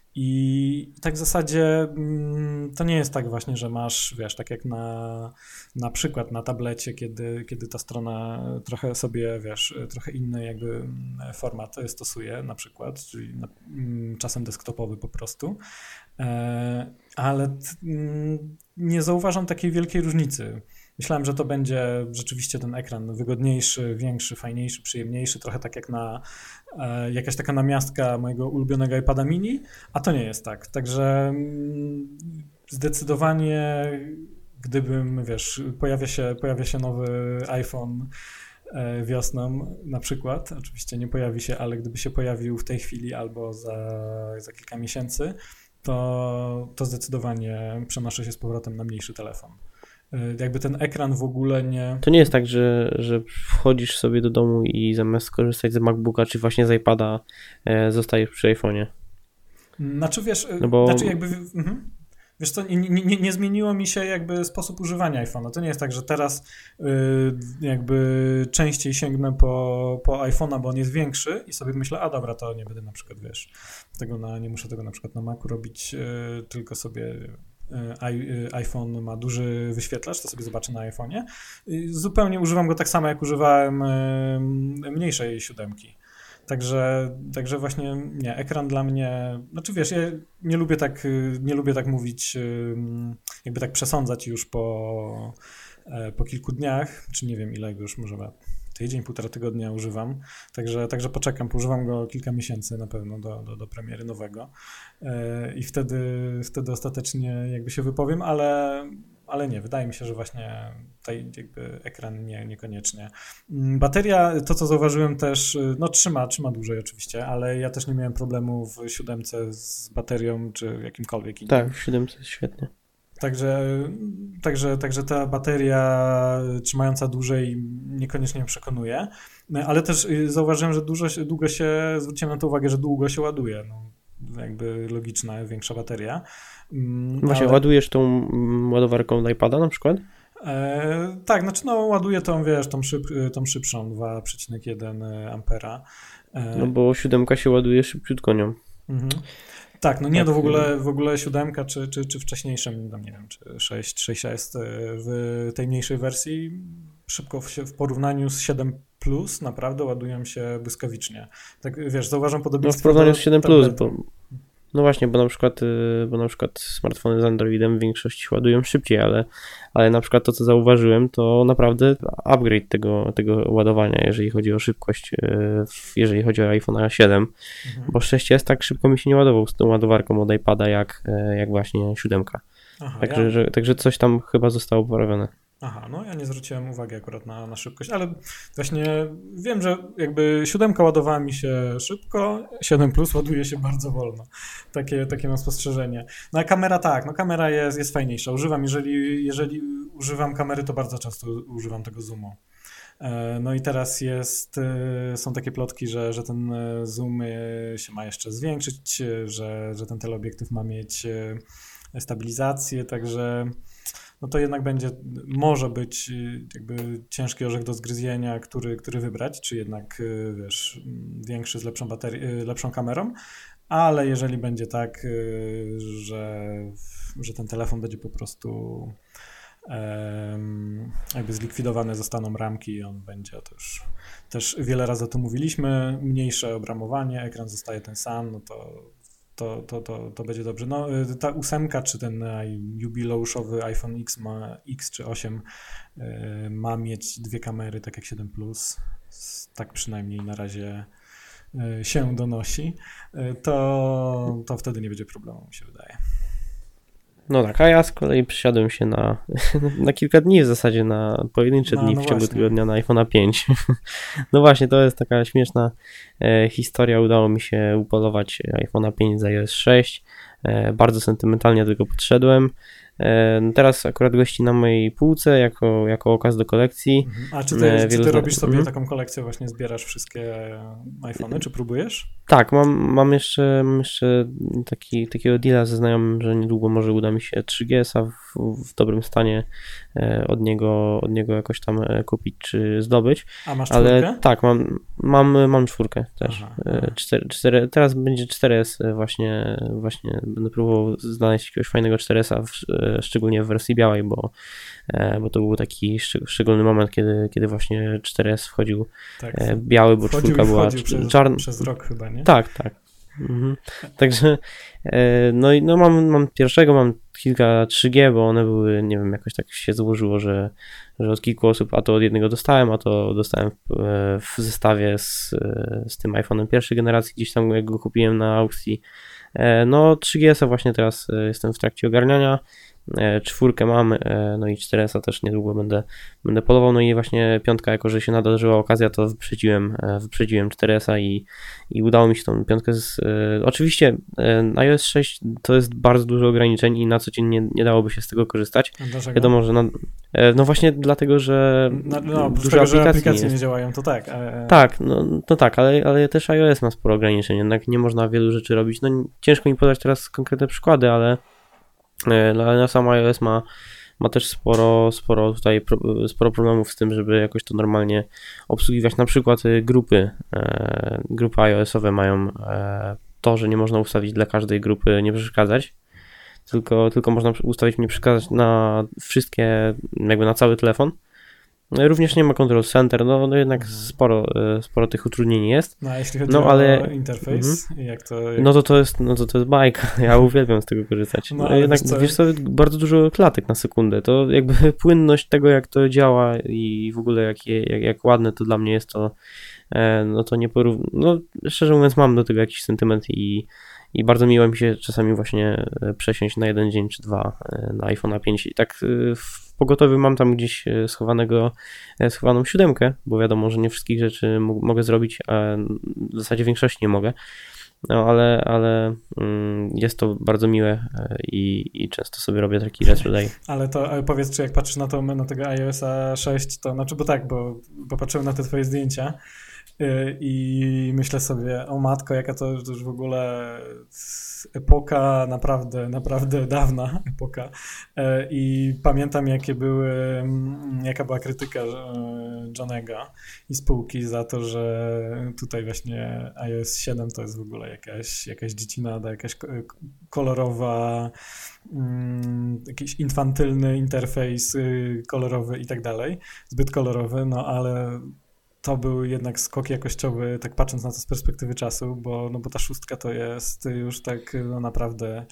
i tak w zasadzie to nie jest tak właśnie, że masz, wiesz, tak jak na przykład na tablecie, kiedy ta strona trochę sobie, wiesz, trochę inny jakby format stosuje na przykład, czyli czasem desktopowy po prostu, ale nie zauważam takiej wielkiej różnicy. Myślałem, że to będzie rzeczywiście ten ekran wygodniejszy, większy, fajniejszy, przyjemniejszy, trochę tak jak jakaś taka namiastka mojego ulubionego iPada mini, a to nie jest tak. Także zdecydowanie gdybym, wiesz, pojawia się nowy iPhone wiosną na przykład, oczywiście nie pojawi się, ale gdyby się pojawił w tej chwili albo za kilka miesięcy, to zdecydowanie przenoszę się z powrotem na mniejszy telefon. Jakby ten ekran w ogóle nie... To nie jest tak, że wchodzisz sobie do domu i zamiast skorzystać z MacBooka czy właśnie z iPada zostajesz przy iPhone'ie. Znaczy wiesz, no bo... znaczy jakby... Wiesz co, nie zmieniło mi się jakby sposób używania iPhone'a. To nie jest tak, że teraz jakby częściej sięgnę po iPhone'a, bo on jest większy i sobie myślę, a dobra, to nie będę na przykład, wiesz, nie muszę tego na przykład na Macu robić, tylko sobie iPhone ma duży wyświetlacz, to sobie zobaczę na iPhone'ie. Zupełnie używam go tak samo, jak używałem mniejszej 7. Także właśnie nie, ekran dla mnie, znaczy wiesz, ja nie lubię tak mówić, jakby tak przesądzać już po kilku dniach, czy nie wiem ile już, może tydzień, półtora tygodnia używam, także poczekam, poużywam go kilka miesięcy na pewno do premiery nowego i wtedy ostatecznie jakby się wypowiem, ale nie, wydaje mi się, że właśnie tutaj jakby ekran niekoniecznie. Bateria, to co zauważyłem też, no trzyma dłużej oczywiście, ale ja też nie miałem problemu w 7 z baterią czy jakimkolwiek innym. Tak, w 7 jest świetnie. Także ta bateria trzymająca dłużej niekoniecznie przekonuje, ale też zauważyłem, że zwróciłem na to uwagę, że długo się ładuje. No, jakby logiczna, większa bateria. Właśnie, ładujesz tą ładowarką do iPada na przykład? Tak, znaczy no ładuję tą, wiesz, tą szybszą 2,1 ampera. No bo 7 się ładuje szybciutko nią. Mhm. Tak, no nie, to w ogóle 7 czy wcześniejszym, no nie wiem, czy 6S w tej mniejszej wersji szybko w porównaniu z 7 Plus naprawdę ładują się błyskawicznie. Tak, wiesz, zauważam podobieństwo. No w porównaniu z 7 Plus, no właśnie, bo na przykład smartfony z Androidem w większości ładują szybciej, ale na przykład to, co zauważyłem, to naprawdę upgrade tego ładowania, jeżeli chodzi o szybkość, jeżeli chodzi o iPhone 7, bo 6S tak szybko mi się nie ładował z tą ładowarką od iPada, jak właśnie 7. Aha, także coś tam chyba zostało poprawione. Aha, no ja nie zwróciłem uwagi akurat na szybkość, ale właśnie wiem, że jakby 7 ładowała mi się szybko, 7 Plus ładuje się bardzo wolno. Takie mam spostrzeżenie. No a kamera tak, no kamera jest fajniejsza. Jeżeli używam kamery, to bardzo często używam tego zoomu. No i teraz są takie plotki, że ten zoom się ma jeszcze zwiększyć, że ten teleobiektyw ma mieć stabilizację, także no to jednak może być jakby ciężki orzech do zgryzienia, który wybrać, czy jednak, wiesz, większy z lepszą kamerą, ale jeżeli będzie tak, że ten telefon będzie po prostu jakby zlikwidowane zostaną ramki i on będzie też wiele razy o tym mówiliśmy, mniejsze obramowanie, ekran zostaje ten sam, no to będzie dobrze. No, ta 8 czy ten jubileuszowy iPhone X czy 8 ma mieć dwie kamery, tak jak 7 Plus, tak przynajmniej na razie się donosi, to wtedy nie będzie problemu, mi się wydaje. No tak, a ja z kolei przysiadłem się na kilka dni w zasadzie, na pojedyncze dni w ciągu tygodnia na iPhone'a 5. No właśnie, to jest taka śmieszna historia. Udało mi się upolować iPhone'a 5 za iOS 6. Bardzo sentymentalnie do tego podszedłem. Teraz akurat gości na mojej półce jako okaz do kolekcji. A czy ty robisz sobie taką kolekcję, właśnie zbierasz wszystkie iPhony, czy próbujesz? Tak, mam jeszcze takiego deala ze znajomym, że niedługo może uda mi się 3GS-a w dobrym stanie od niego jakoś tam kupić czy zdobyć. A masz czwórkę? Ale tak, mam czwórkę też. Aha. Teraz będzie 4S właśnie będę próbował znaleźć jakiegoś fajnego 4S-a, szczególnie w wersji białej, bo to był taki szczególny moment, kiedy właśnie 4S wchodził biały, bo czwórka była czarna. Przez rok chyba, nie? Tak. Mhm. Także no mam pierwszego, mam kilka 3G, bo one były, nie wiem, jakoś tak się złożyło, że od kilku osób, a to od jednego dostałem, a to dostałem w zestawie z tym iPhone'em pierwszej generacji, gdzieś tam jak go kupiłem na aukcji. No 3GS-a właśnie teraz jestem w trakcie ogarniania, czwórkę mam, no i 4S-a też niedługo będę polował, no i właśnie piątka, jako że się nadarzyła okazja, to wyprzedziłem 4S-a i udało mi się tą piątkę oczywiście iOS 6 to jest bardzo dużo ograniczeń i na co dzień nie dałoby się z tego korzystać. Dlaczego? Wiadomo, że no właśnie dlatego, że dużo aplikacje nie działają, to tak. Tak, no tak, ale też iOS ma sporo ograniczeń, jednak nie można wielu rzeczy robić. No ciężko mi podać teraz konkretne przykłady, ale na sam iOS ma też sporo problemów z tym, żeby jakoś to normalnie obsługiwać. Na przykład grupy iOS-owe mają to, że nie można ustawić dla każdej grupy nie przeszkadzać, tylko można ustawić nie przeszkadzać na wszystkie, jakby na cały telefon. Również nie ma Control Center, no jednak sporo tych utrudnień jest. No a jeśli chodzi o interfejs, No to jest bajka, ja uwielbiam z tego korzystać. No jednak wiesz co, bardzo dużo klatek na sekundę, to jakby płynność tego, jak to działa i w ogóle jak ładne to dla mnie jest, to no to nie no szczerze mówiąc mam do tego jakiś sentyment i bardzo miło mi się czasami właśnie przesiąść na jeden dzień czy dwa na iPhone'a 5 i tak w pogotowiu mam tam gdzieś schowaną 7, bo wiadomo, że nie wszystkich rzeczy mogę zrobić, a w zasadzie większości nie mogę, no ale jest to bardzo miłe i często sobie robię taki retro day. Ale to powiedz, czy jak patrzysz na tego iOS-a 6, to znaczy, bo popatrzyłem na te twoje zdjęcia i myślę sobie, o matko, jaka to już w ogóle epoka, naprawdę dawna epoka. I pamiętam, jaka była krytyka Johnego i spółki za to, że tutaj właśnie iOS 7 to jest w ogóle jakaś dziecinada, jakaś kolorowa, jakiś infantylny interfejs kolorowy i tak dalej, zbyt kolorowy, no ale to był jednak skok jakościowy, tak patrząc na to z perspektywy czasu, bo ta 6 to jest już tak naprawdę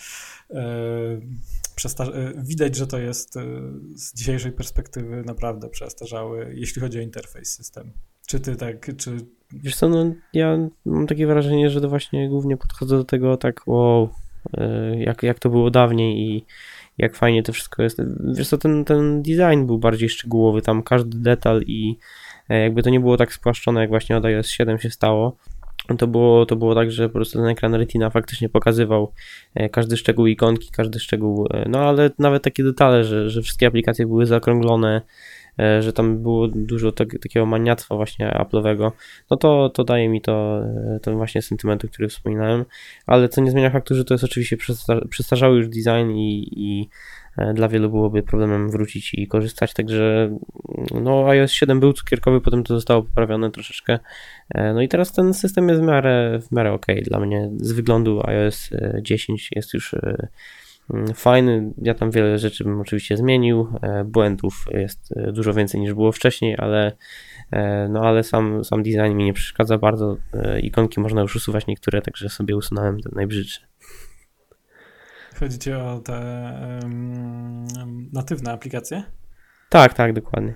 widać, że to jest z dzisiejszej perspektywy naprawdę przestarzały, jeśli chodzi o interfejs systemu. Czy ty tak, czy... Wiesz co, no ja mam takie wrażenie, że to właśnie głównie podchodzę do tego tak, wow, jak to było dawniej i jak fajnie to wszystko jest. Wiesz co, ten design był bardziej szczegółowy, tam każdy detal i jakby to nie było tak spłaszczone, jak właśnie od iOS 7 się stało. To było tak, że po prostu ten ekran Retina faktycznie pokazywał każdy szczegół ikonki, każdy szczegół, no ale nawet takie detale, że wszystkie aplikacje były zaokrąglone, że tam było dużo takiego maniactwa właśnie Apple'owego, no to daje mi to właśnie sentymentu, który wspominałem, ale co nie zmienia faktu, że to jest oczywiście przestarzały już design i dla wielu byłoby problemem wrócić i korzystać, także no iOS 7 był cukierkowy, potem to zostało poprawione troszeczkę, no i teraz ten system jest w miarę okej dla mnie. Z wyglądu iOS 10 jest już fajny, ja tam wiele rzeczy bym oczywiście zmienił, błędów jest dużo więcej niż było wcześniej, ale sam design mi nie przeszkadza bardzo, ikonki można już usuwać niektóre, także sobie usunąłem te najbrzydsze. Chodzi ci o te natywne aplikacje? Tak, dokładnie.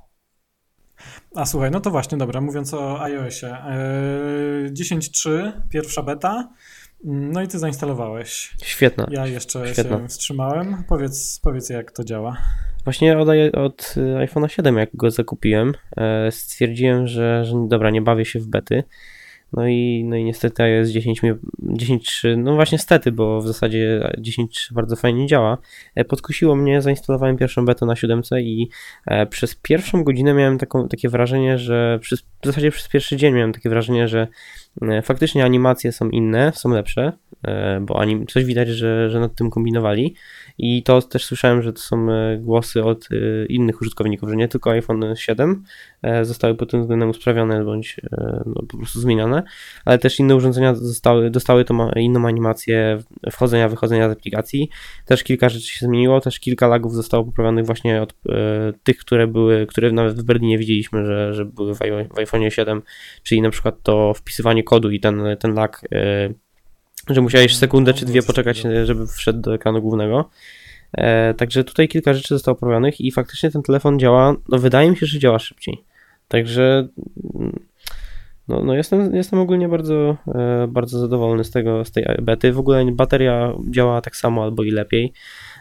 A słuchaj, no to właśnie, dobra, mówiąc o iOSie, 10.3, pierwsza beta, no i ty zainstalowałeś. Świetna. Ja jeszcze Świetna. się wstrzymałem. Powiedz jak to działa. Właśnie od iPhone'a 7, jak go zakupiłem, stwierdziłem, że dobra, nie bawię się w bety. No i niestety iOS 10.3, no właśnie niestety, bo w zasadzie 10.3 bardzo fajnie działa. Podkusiło mnie, zainstalowałem pierwszą betę na 7 i przez pierwszą godzinę miałem takie wrażenie, że w zasadzie przez pierwszy dzień miałem takie wrażenie, że faktycznie animacje są inne, są lepsze, bo coś widać, że nad tym kombinowali i to też słyszałem, że to są głosy od innych użytkowników, że nie tylko iPhone 7 zostały pod tym względem usprawione bądź po prostu zmienione, ale też inne urządzenia dostały tą inną animację wchodzenia, wychodzenia z aplikacji. Też kilka rzeczy się zmieniło, też kilka lagów zostało poprawionych właśnie od tych, które nawet w Berlinie widzieliśmy, że były w iPhone'ie 7, czyli na przykład to wpisywanie kodu i ten lag, że musiałeś sekundę czy dwie poczekać, żeby wszedł do ekranu głównego. Także tutaj kilka rzeczy zostało poprawionych i faktycznie ten telefon działa, no wydaje mi się, że działa szybciej. Także no jestem ogólnie bardzo, bardzo zadowolony z tej bety. W ogóle bateria działa tak samo albo i lepiej.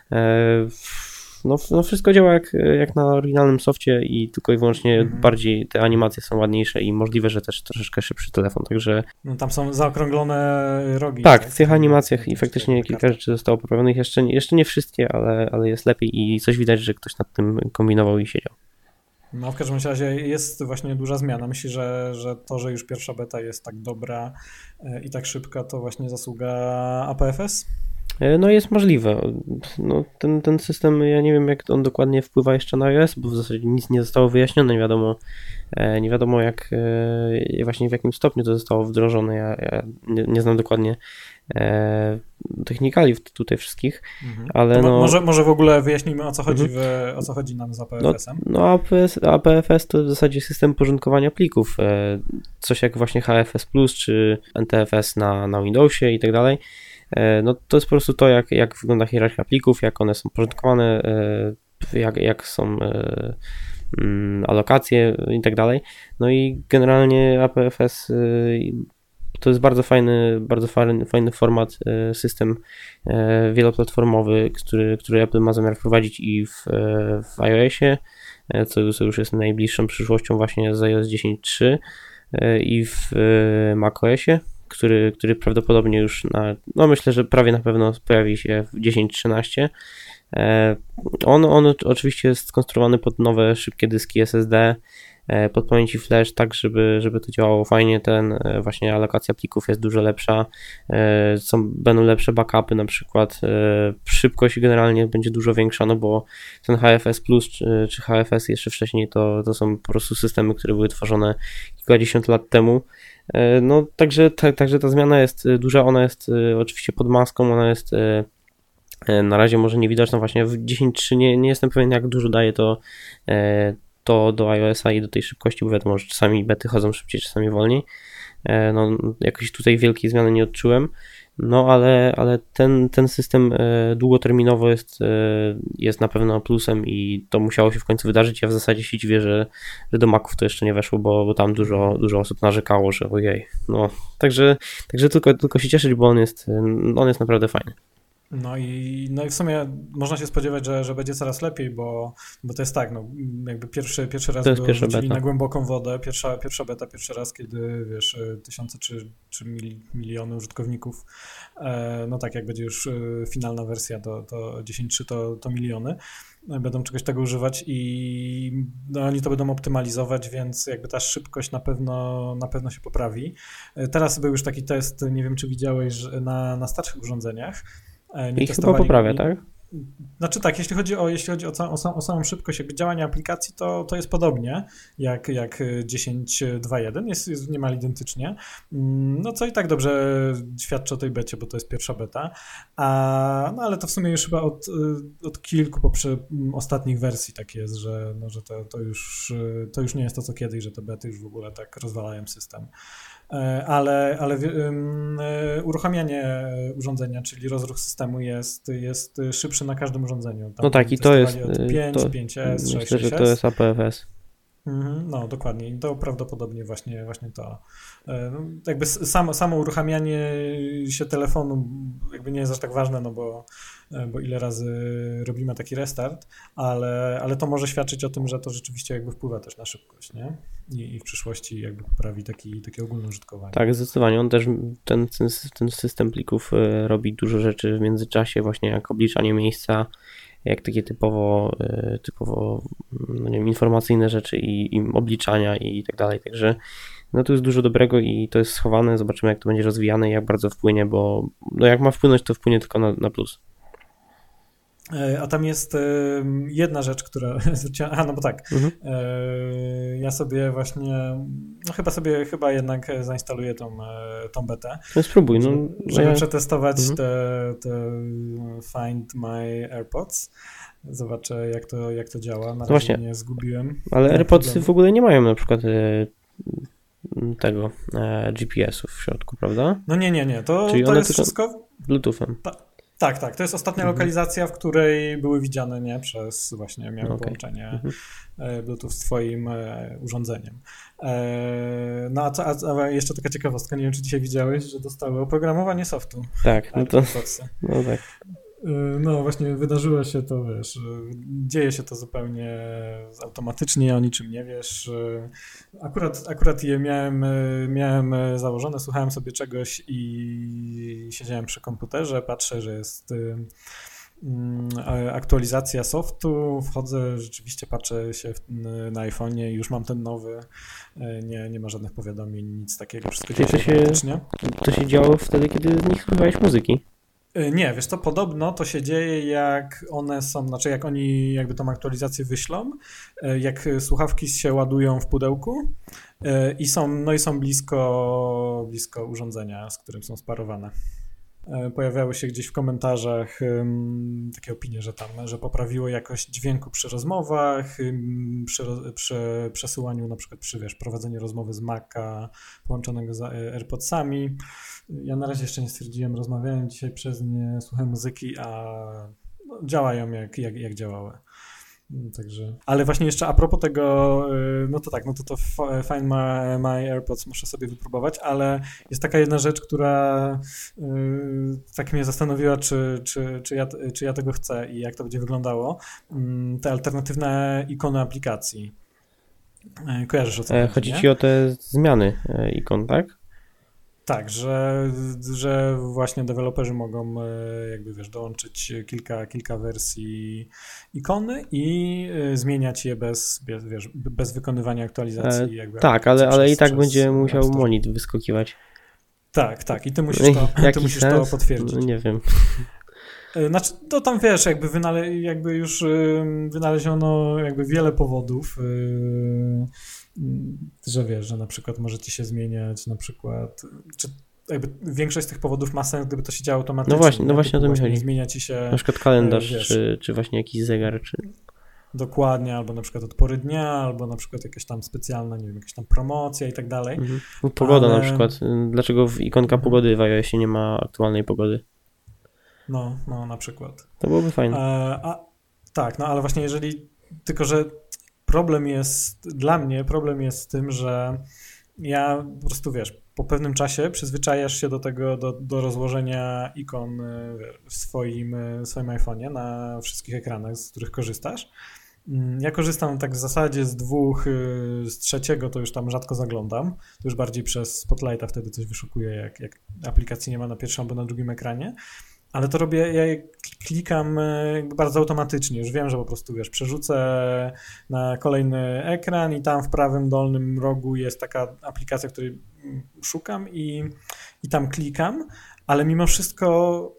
No wszystko działa jak na oryginalnym softie i tylko i wyłącznie bardziej te animacje są ładniejsze i możliwe, że też troszeczkę szybszy telefon, także... No tam są zaokrąglone rogi. Tak, w tych animacjach i faktycznie kilka rzeczy zostało poprawionych, jeszcze nie wszystkie, ale jest lepiej i coś widać, że ktoś nad tym kombinował i siedział. No w każdym razie jest właśnie duża zmiana. Myślę, że to, że już pierwsza beta jest tak dobra i tak szybka, to właśnie zasługa APFS? No jest możliwe. No, ten system, ja nie wiem jak on dokładnie wpływa jeszcze na iOS, bo w zasadzie nic nie zostało wyjaśnione, nie wiadomo jak właśnie w jakim stopniu to zostało wdrożone. Ja nie znam dokładnie technikali tutaj wszystkich, ale może w ogóle wyjaśnijmy o co chodzi o co chodzi nam z APFS-em. No APFS to w zasadzie system porządkowania plików, coś jak właśnie HFS Plus czy NTFS na Windowsie i tak dalej. No to jest po prostu to, jak wygląda hierarchia plików, jak one są porządkowane, jak są alokacje i tak dalej. No i generalnie APFS to jest bardzo fajny format, system wieloplatformowy, który Apple ma zamiar wprowadzić i w iOSie, co już jest najbliższą przyszłością właśnie z iOS 10.3 i w macOSie, który prawdopodobnie już myślę, że prawie na pewno pojawi się w 10.13. On oczywiście jest skonstruowany pod nowe szybkie dyski SSD, pod pamięci flash, tak żeby to działało fajnie. Właśnie alokacja plików jest dużo lepsza, będą lepsze backupy na przykład, szybkość generalnie będzie dużo większa, no bo ten HFS Plus czy HFS jeszcze wcześniej to są po prostu systemy, które były tworzone kilkadziesiąt lat temu. No także ta zmiana jest duża, ona jest oczywiście pod maską, ona jest na razie może niewidoczna właśnie w 10.3, nie jestem pewien jak dużo daje to do iOS-a i do tej szybkości, bo wiadomo, że czasami bety chodzą szybciej, czasami wolniej. No jakoś tutaj wielkiej zmiany nie odczułem, no ale ten system długoterminowo jest na pewno plusem i to musiało się w końcu wydarzyć. Ja w zasadzie się dziwię, że do Maców to jeszcze nie weszło, bo tam dużo osób narzekało, że ojej, no także tylko się cieszyć, bo on jest naprawdę fajny. No i w sumie można się spodziewać, że będzie coraz lepiej, bo to jest tak, no jakby pierwszy raz go wrzucili na głęboką wodę, pierwsza beta, pierwszy raz, kiedy wiesz, tysiące czy miliony użytkowników, no tak jak będzie już finalna wersja, to 10.3 to miliony będą czegoś tego używać i oni to będą optymalizować, więc jakby ta szybkość na pewno się poprawi. Teraz był już taki test, nie wiem czy widziałeś, że na starszych urządzeniach. I chyba poprawia, tak? Znaczy tak, jeśli chodzi o samą szybkość jakby działania aplikacji, to jest podobnie jak 10.2.1, jest niemal identycznie. No co i tak dobrze świadczy o tej becie, bo to jest pierwsza beta. No ale to w sumie już chyba od kilku ostatnich wersji tak jest, że to już nie jest to co kiedyś, że te bety już w ogóle tak rozwalają system. Ale uruchamianie urządzenia, czyli rozruch systemu jest szybszy na każdym urządzeniu. Tam No tak, i to jest 5, 5S, 6, myślę, 6S. że to jest APFS. No, dokładnie. I to prawdopodobnie właśnie to. No, jakby samo uruchamianie się telefonu jakby nie jest aż tak ważne, no bo ile razy robimy taki restart, ale to może świadczyć o tym, że to rzeczywiście jakby wpływa też na szybkość, nie? I w przyszłości jakby poprawi takie ogólne użytkowanie. Tak, zdecydowanie. On też, ten system plików robi dużo rzeczy w międzyczasie, właśnie jak obliczanie miejsca, jak takie typowo no nie wiem, informacyjne rzeczy i obliczania i tak dalej, także no tu jest dużo dobrego i to jest schowane, zobaczymy jak to będzie rozwijane i jak bardzo wpłynie, bo no jak ma wpłynąć, to wpłynie tylko na plus. A tam jest jedna rzecz, która zwróciła... no bo tak, ja sobie właśnie, no chyba jednak zainstaluję tą betę. No spróbuj, żeby przetestować te Find My AirPods. Zobaczę jak to działa, na razie nie zgubiłem. Ale AirPodsy w ogóle nie mają na przykład tego GPS-u w środku, prawda? No nie, to jest wszystko... Bluetoothem. Tak, to jest ostatnia lokalizacja, w której były widziane, nie? Miały połączenie Bluetooth z twoim urządzeniem. No a jeszcze taka ciekawostka, nie wiem, czy dzisiaj widziałeś, że dostały oprogramowanie softu. Tak, no tak. No właśnie wydarzyło się to, wiesz, dzieje się to zupełnie automatycznie, o niczym nie wiesz. Akurat je miałem założone, słuchałem sobie czegoś i siedziałem przy komputerze, patrzę, że jest aktualizacja softu, wchodzę, rzeczywiście patrzę się na iPhone'ie i już mam ten nowy, nie ma żadnych powiadomień, nic takiego, wszystko dzieje się automatycznie. To się działo wtedy, kiedy z nich słuchałeś muzyki? Nie, wiesz co, podobno to się dzieje jak one są, znaczy jak oni jakby tą aktualizację wyślą, jak słuchawki się ładują w pudełku i są blisko urządzenia, z którym są sparowane. Pojawiały się gdzieś w komentarzach takie opinie, że poprawiło jakość dźwięku przy rozmowach, przy przesyłaniu, na przykład przy prowadzeniu rozmowy z Maca połączonego z AirPodsami. Ja na razie jeszcze nie stwierdziłem, rozmawiałem dzisiaj przez nie, słuchałem muzyki, a działają jak działały. Także, ale właśnie jeszcze a propos tego, no to Find My AirPods muszę sobie wypróbować, ale jest taka jedna rzecz, która tak mnie zastanowiła, czy ja tego chcę i jak to będzie wyglądało. Te alternatywne ikony aplikacji. Kojarzysz o co chodzi? Chodzi ci o te zmiany ikon, tak? Tak, że właśnie deweloperzy mogą dołączyć kilka wersji ikony i zmieniać je bez wykonywania aktualizacji. Tak, ale i tak będzie musiał monit wyskakiwać. Tak, i ty musisz to potwierdzić. Nie wiem. Znaczy, to tam już wynaleziono wiele powodów, że wiesz, że na przykład możecie się zmieniać, na przykład, czy większość z tych powodów ma sens, gdyby to się działo automatycznie. No właśnie o to mi chodzi. Zmienia ci się... Na przykład kalendarz, czy właśnie jakiś zegar, czy... Dokładnie, albo na przykład od pory dnia, albo na przykład jakaś tam specjalna, nie wiem, jakaś tam promocja i tak dalej. Pogoda na przykład. Dlaczego w ikonka pogody w iOSie nie ma aktualnej pogody? No, na przykład. To byłoby fajne. Tak, ale właśnie tylko że dla mnie problem jest z tym, że ja po prostu, po pewnym czasie przyzwyczajasz się do tego, do rozłożenia ikon w swoim iPhone'ie na wszystkich ekranach, z których korzystasz. Ja korzystam tak w zasadzie z dwóch, z trzeciego to już tam rzadko zaglądam, to już bardziej przez Spotlighta wtedy coś wyszukuję, jak aplikacji nie ma na pierwszym albo na drugim ekranie. Ale to robię, ja klikam bardzo automatycznie, już wiem, że po prostu przerzucę na kolejny ekran i tam w prawym dolnym rogu jest taka aplikacja, której szukam i tam klikam, ale mimo wszystko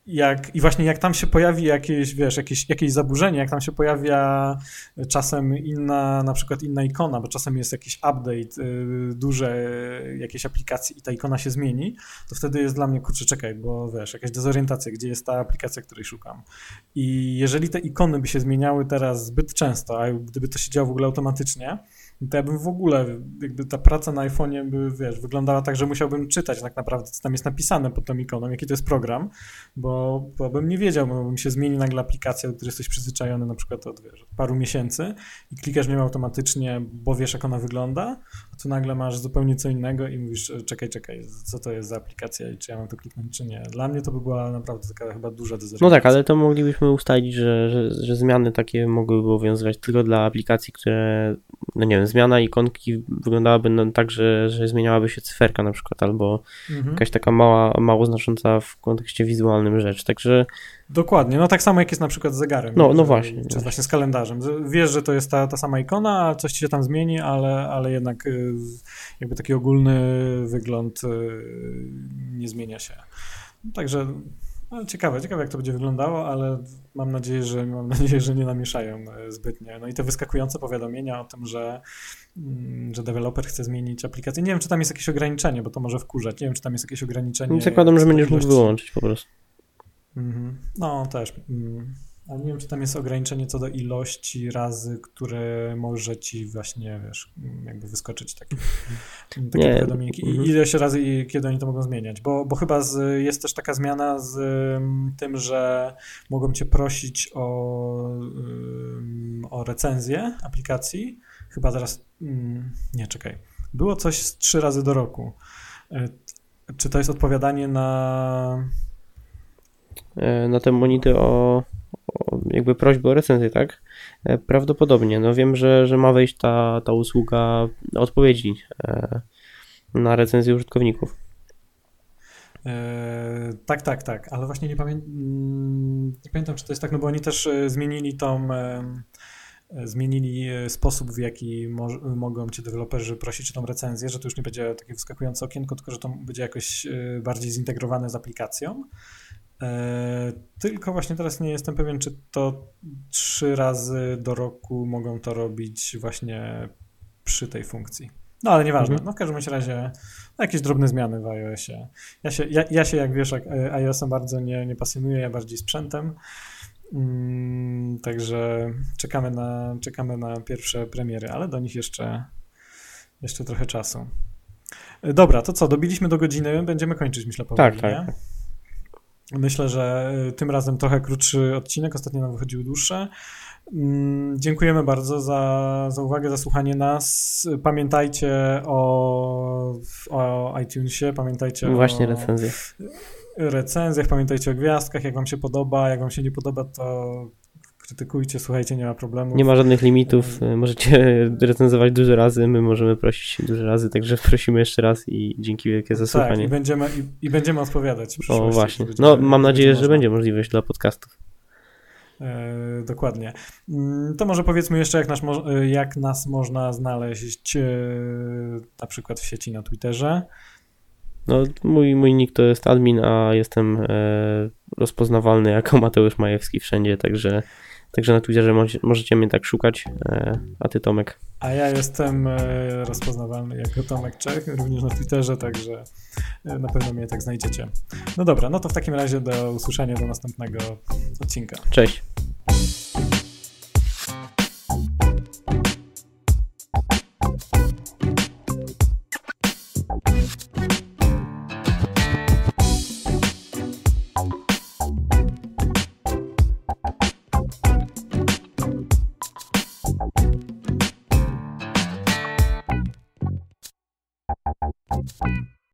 I właśnie jak tam się pojawi jakieś zaburzenie, jak tam się pojawia czasem na przykład inna ikona, bo czasem jest jakiś update duże jakiejś aplikacji i ta ikona się zmieni, to wtedy jest dla mnie, kurczę, czekaj, bo jakaś dezorientacja, gdzie jest ta aplikacja, której szukam. I jeżeli te ikony by się zmieniały teraz zbyt często, a gdyby to się działo w ogóle automatycznie, to ja bym w ogóle, jakby ta praca na iPhone'ie by, wyglądała tak, że musiałbym czytać tak naprawdę, co tam jest napisane pod tą ikoną, jaki to jest program, bo bym nie wiedział, bo bym się zmieni nagle aplikacja, do której jesteś przyzwyczajony na przykład od paru miesięcy i klikasz w nią automatycznie, bo wiesz, jak ona wygląda, a tu nagle masz zupełnie co innego i mówisz, czekaj, co to jest za aplikacja i czy ja mam to kliknąć, czy nie. Dla mnie to by była naprawdę taka chyba duża dezorientacja. No tak, ale to moglibyśmy ustalić, że zmiany takie mogłyby obowiązywać tylko dla aplikacji, które, no nie wiem, zmiana ikonki wyglądałaby tak, że zmieniałaby się cyferka na przykład, albo jakaś taka mało znacząca w kontekście wizualnym rzecz, także... Dokładnie, no tak samo jak jest na przykład z zegarem. No właśnie. Czy właśnie z kalendarzem. Wiesz, że to jest ta sama ikona, a coś ci się tam zmieni, ale jednak jakby taki ogólny wygląd nie zmienia się. Także ciekawe jak to będzie wyglądało, ale mam nadzieję, że nie namieszają zbytnio. No i te wyskakujące powiadomienia o tym, że deweloper chce zmienić aplikację. Nie wiem, czy tam jest jakieś ograniczenie, bo to może wkurzać. Nie wiem, czy tam jest jakieś ograniczenie. Zakładam, że będziesz mógł wyłączyć po prostu. No, też. Ale nie wiem, czy tam jest ograniczenie co do ilości razy, które może ci właśnie, jakby wyskoczyć takie powiadomienki. I ileś razy, kiedy oni to mogą zmieniać. Bo chyba jest też taka zmiana z tym, że mogą cię prosić o recenzję aplikacji. Chyba teraz... Nie, czekaj. Było coś z 3 razy do roku. Czy to jest odpowiadanie na te monity o jakby prośbę o recenzję, tak? Prawdopodobnie. No wiem, że ma wejść ta usługa odpowiedzi na recenzję użytkowników. Tak, ale właśnie nie pamiętam, czy to jest tak, no bo oni też zmienili sposób, w jaki mogą cię deweloperzy prosić o tą recenzję, że to już nie będzie takie wyskakujące okienko, tylko że to będzie jakoś bardziej zintegrowane z aplikacją. Tylko właśnie teraz nie jestem pewien, czy to 3 razy do roku mogą to robić właśnie przy tej funkcji. No ale nieważne. No w każdym razie jakieś drobne zmiany w iOSie. Ja się jak wiesz, iOS-em bardzo nie pasjonuję, ja bardziej sprzętem. Także czekamy na pierwsze premiery, ale do nich jeszcze trochę czasu. Dobra, to co? Dobiliśmy do godziny, będziemy kończyć, myślę, powoli. Tak. Myślę, że tym razem trochę krótszy odcinek, ostatnio nam wychodziły dłuższe. Dziękujemy bardzo za uwagę, za słuchanie nas. Pamiętajcie o iTunesie, pamiętajcie właśnie o recenzjach, pamiętajcie o gwiazdkach, jak wam się podoba, jak wam się nie podoba, to krytykujcie, słuchajcie, nie ma problemu. Nie ma żadnych limitów, możecie recenzować dużo razy, my możemy prosić dużo razy, także prosimy jeszcze raz i dzięki wielkie za słuchanie. I będziemy odpowiadać w przyszłości. O właśnie, no mam nadzieję, że będzie możliwość dla podcastów. Dokładnie. To może powiedzmy jeszcze, jak nas można znaleźć na przykład w sieci na Twitterze. No mój nick to jest admin, a jestem rozpoznawalny jako Mateusz Majewski wszędzie, także na Twitterze możecie mnie tak szukać, a ty, Tomek? A ja jestem rozpoznawalny jako Tomek Czech, również na Twitterze, także na pewno mnie tak znajdziecie. No dobra, no to w takim razie do usłyszenia do następnego odcinka. Cześć.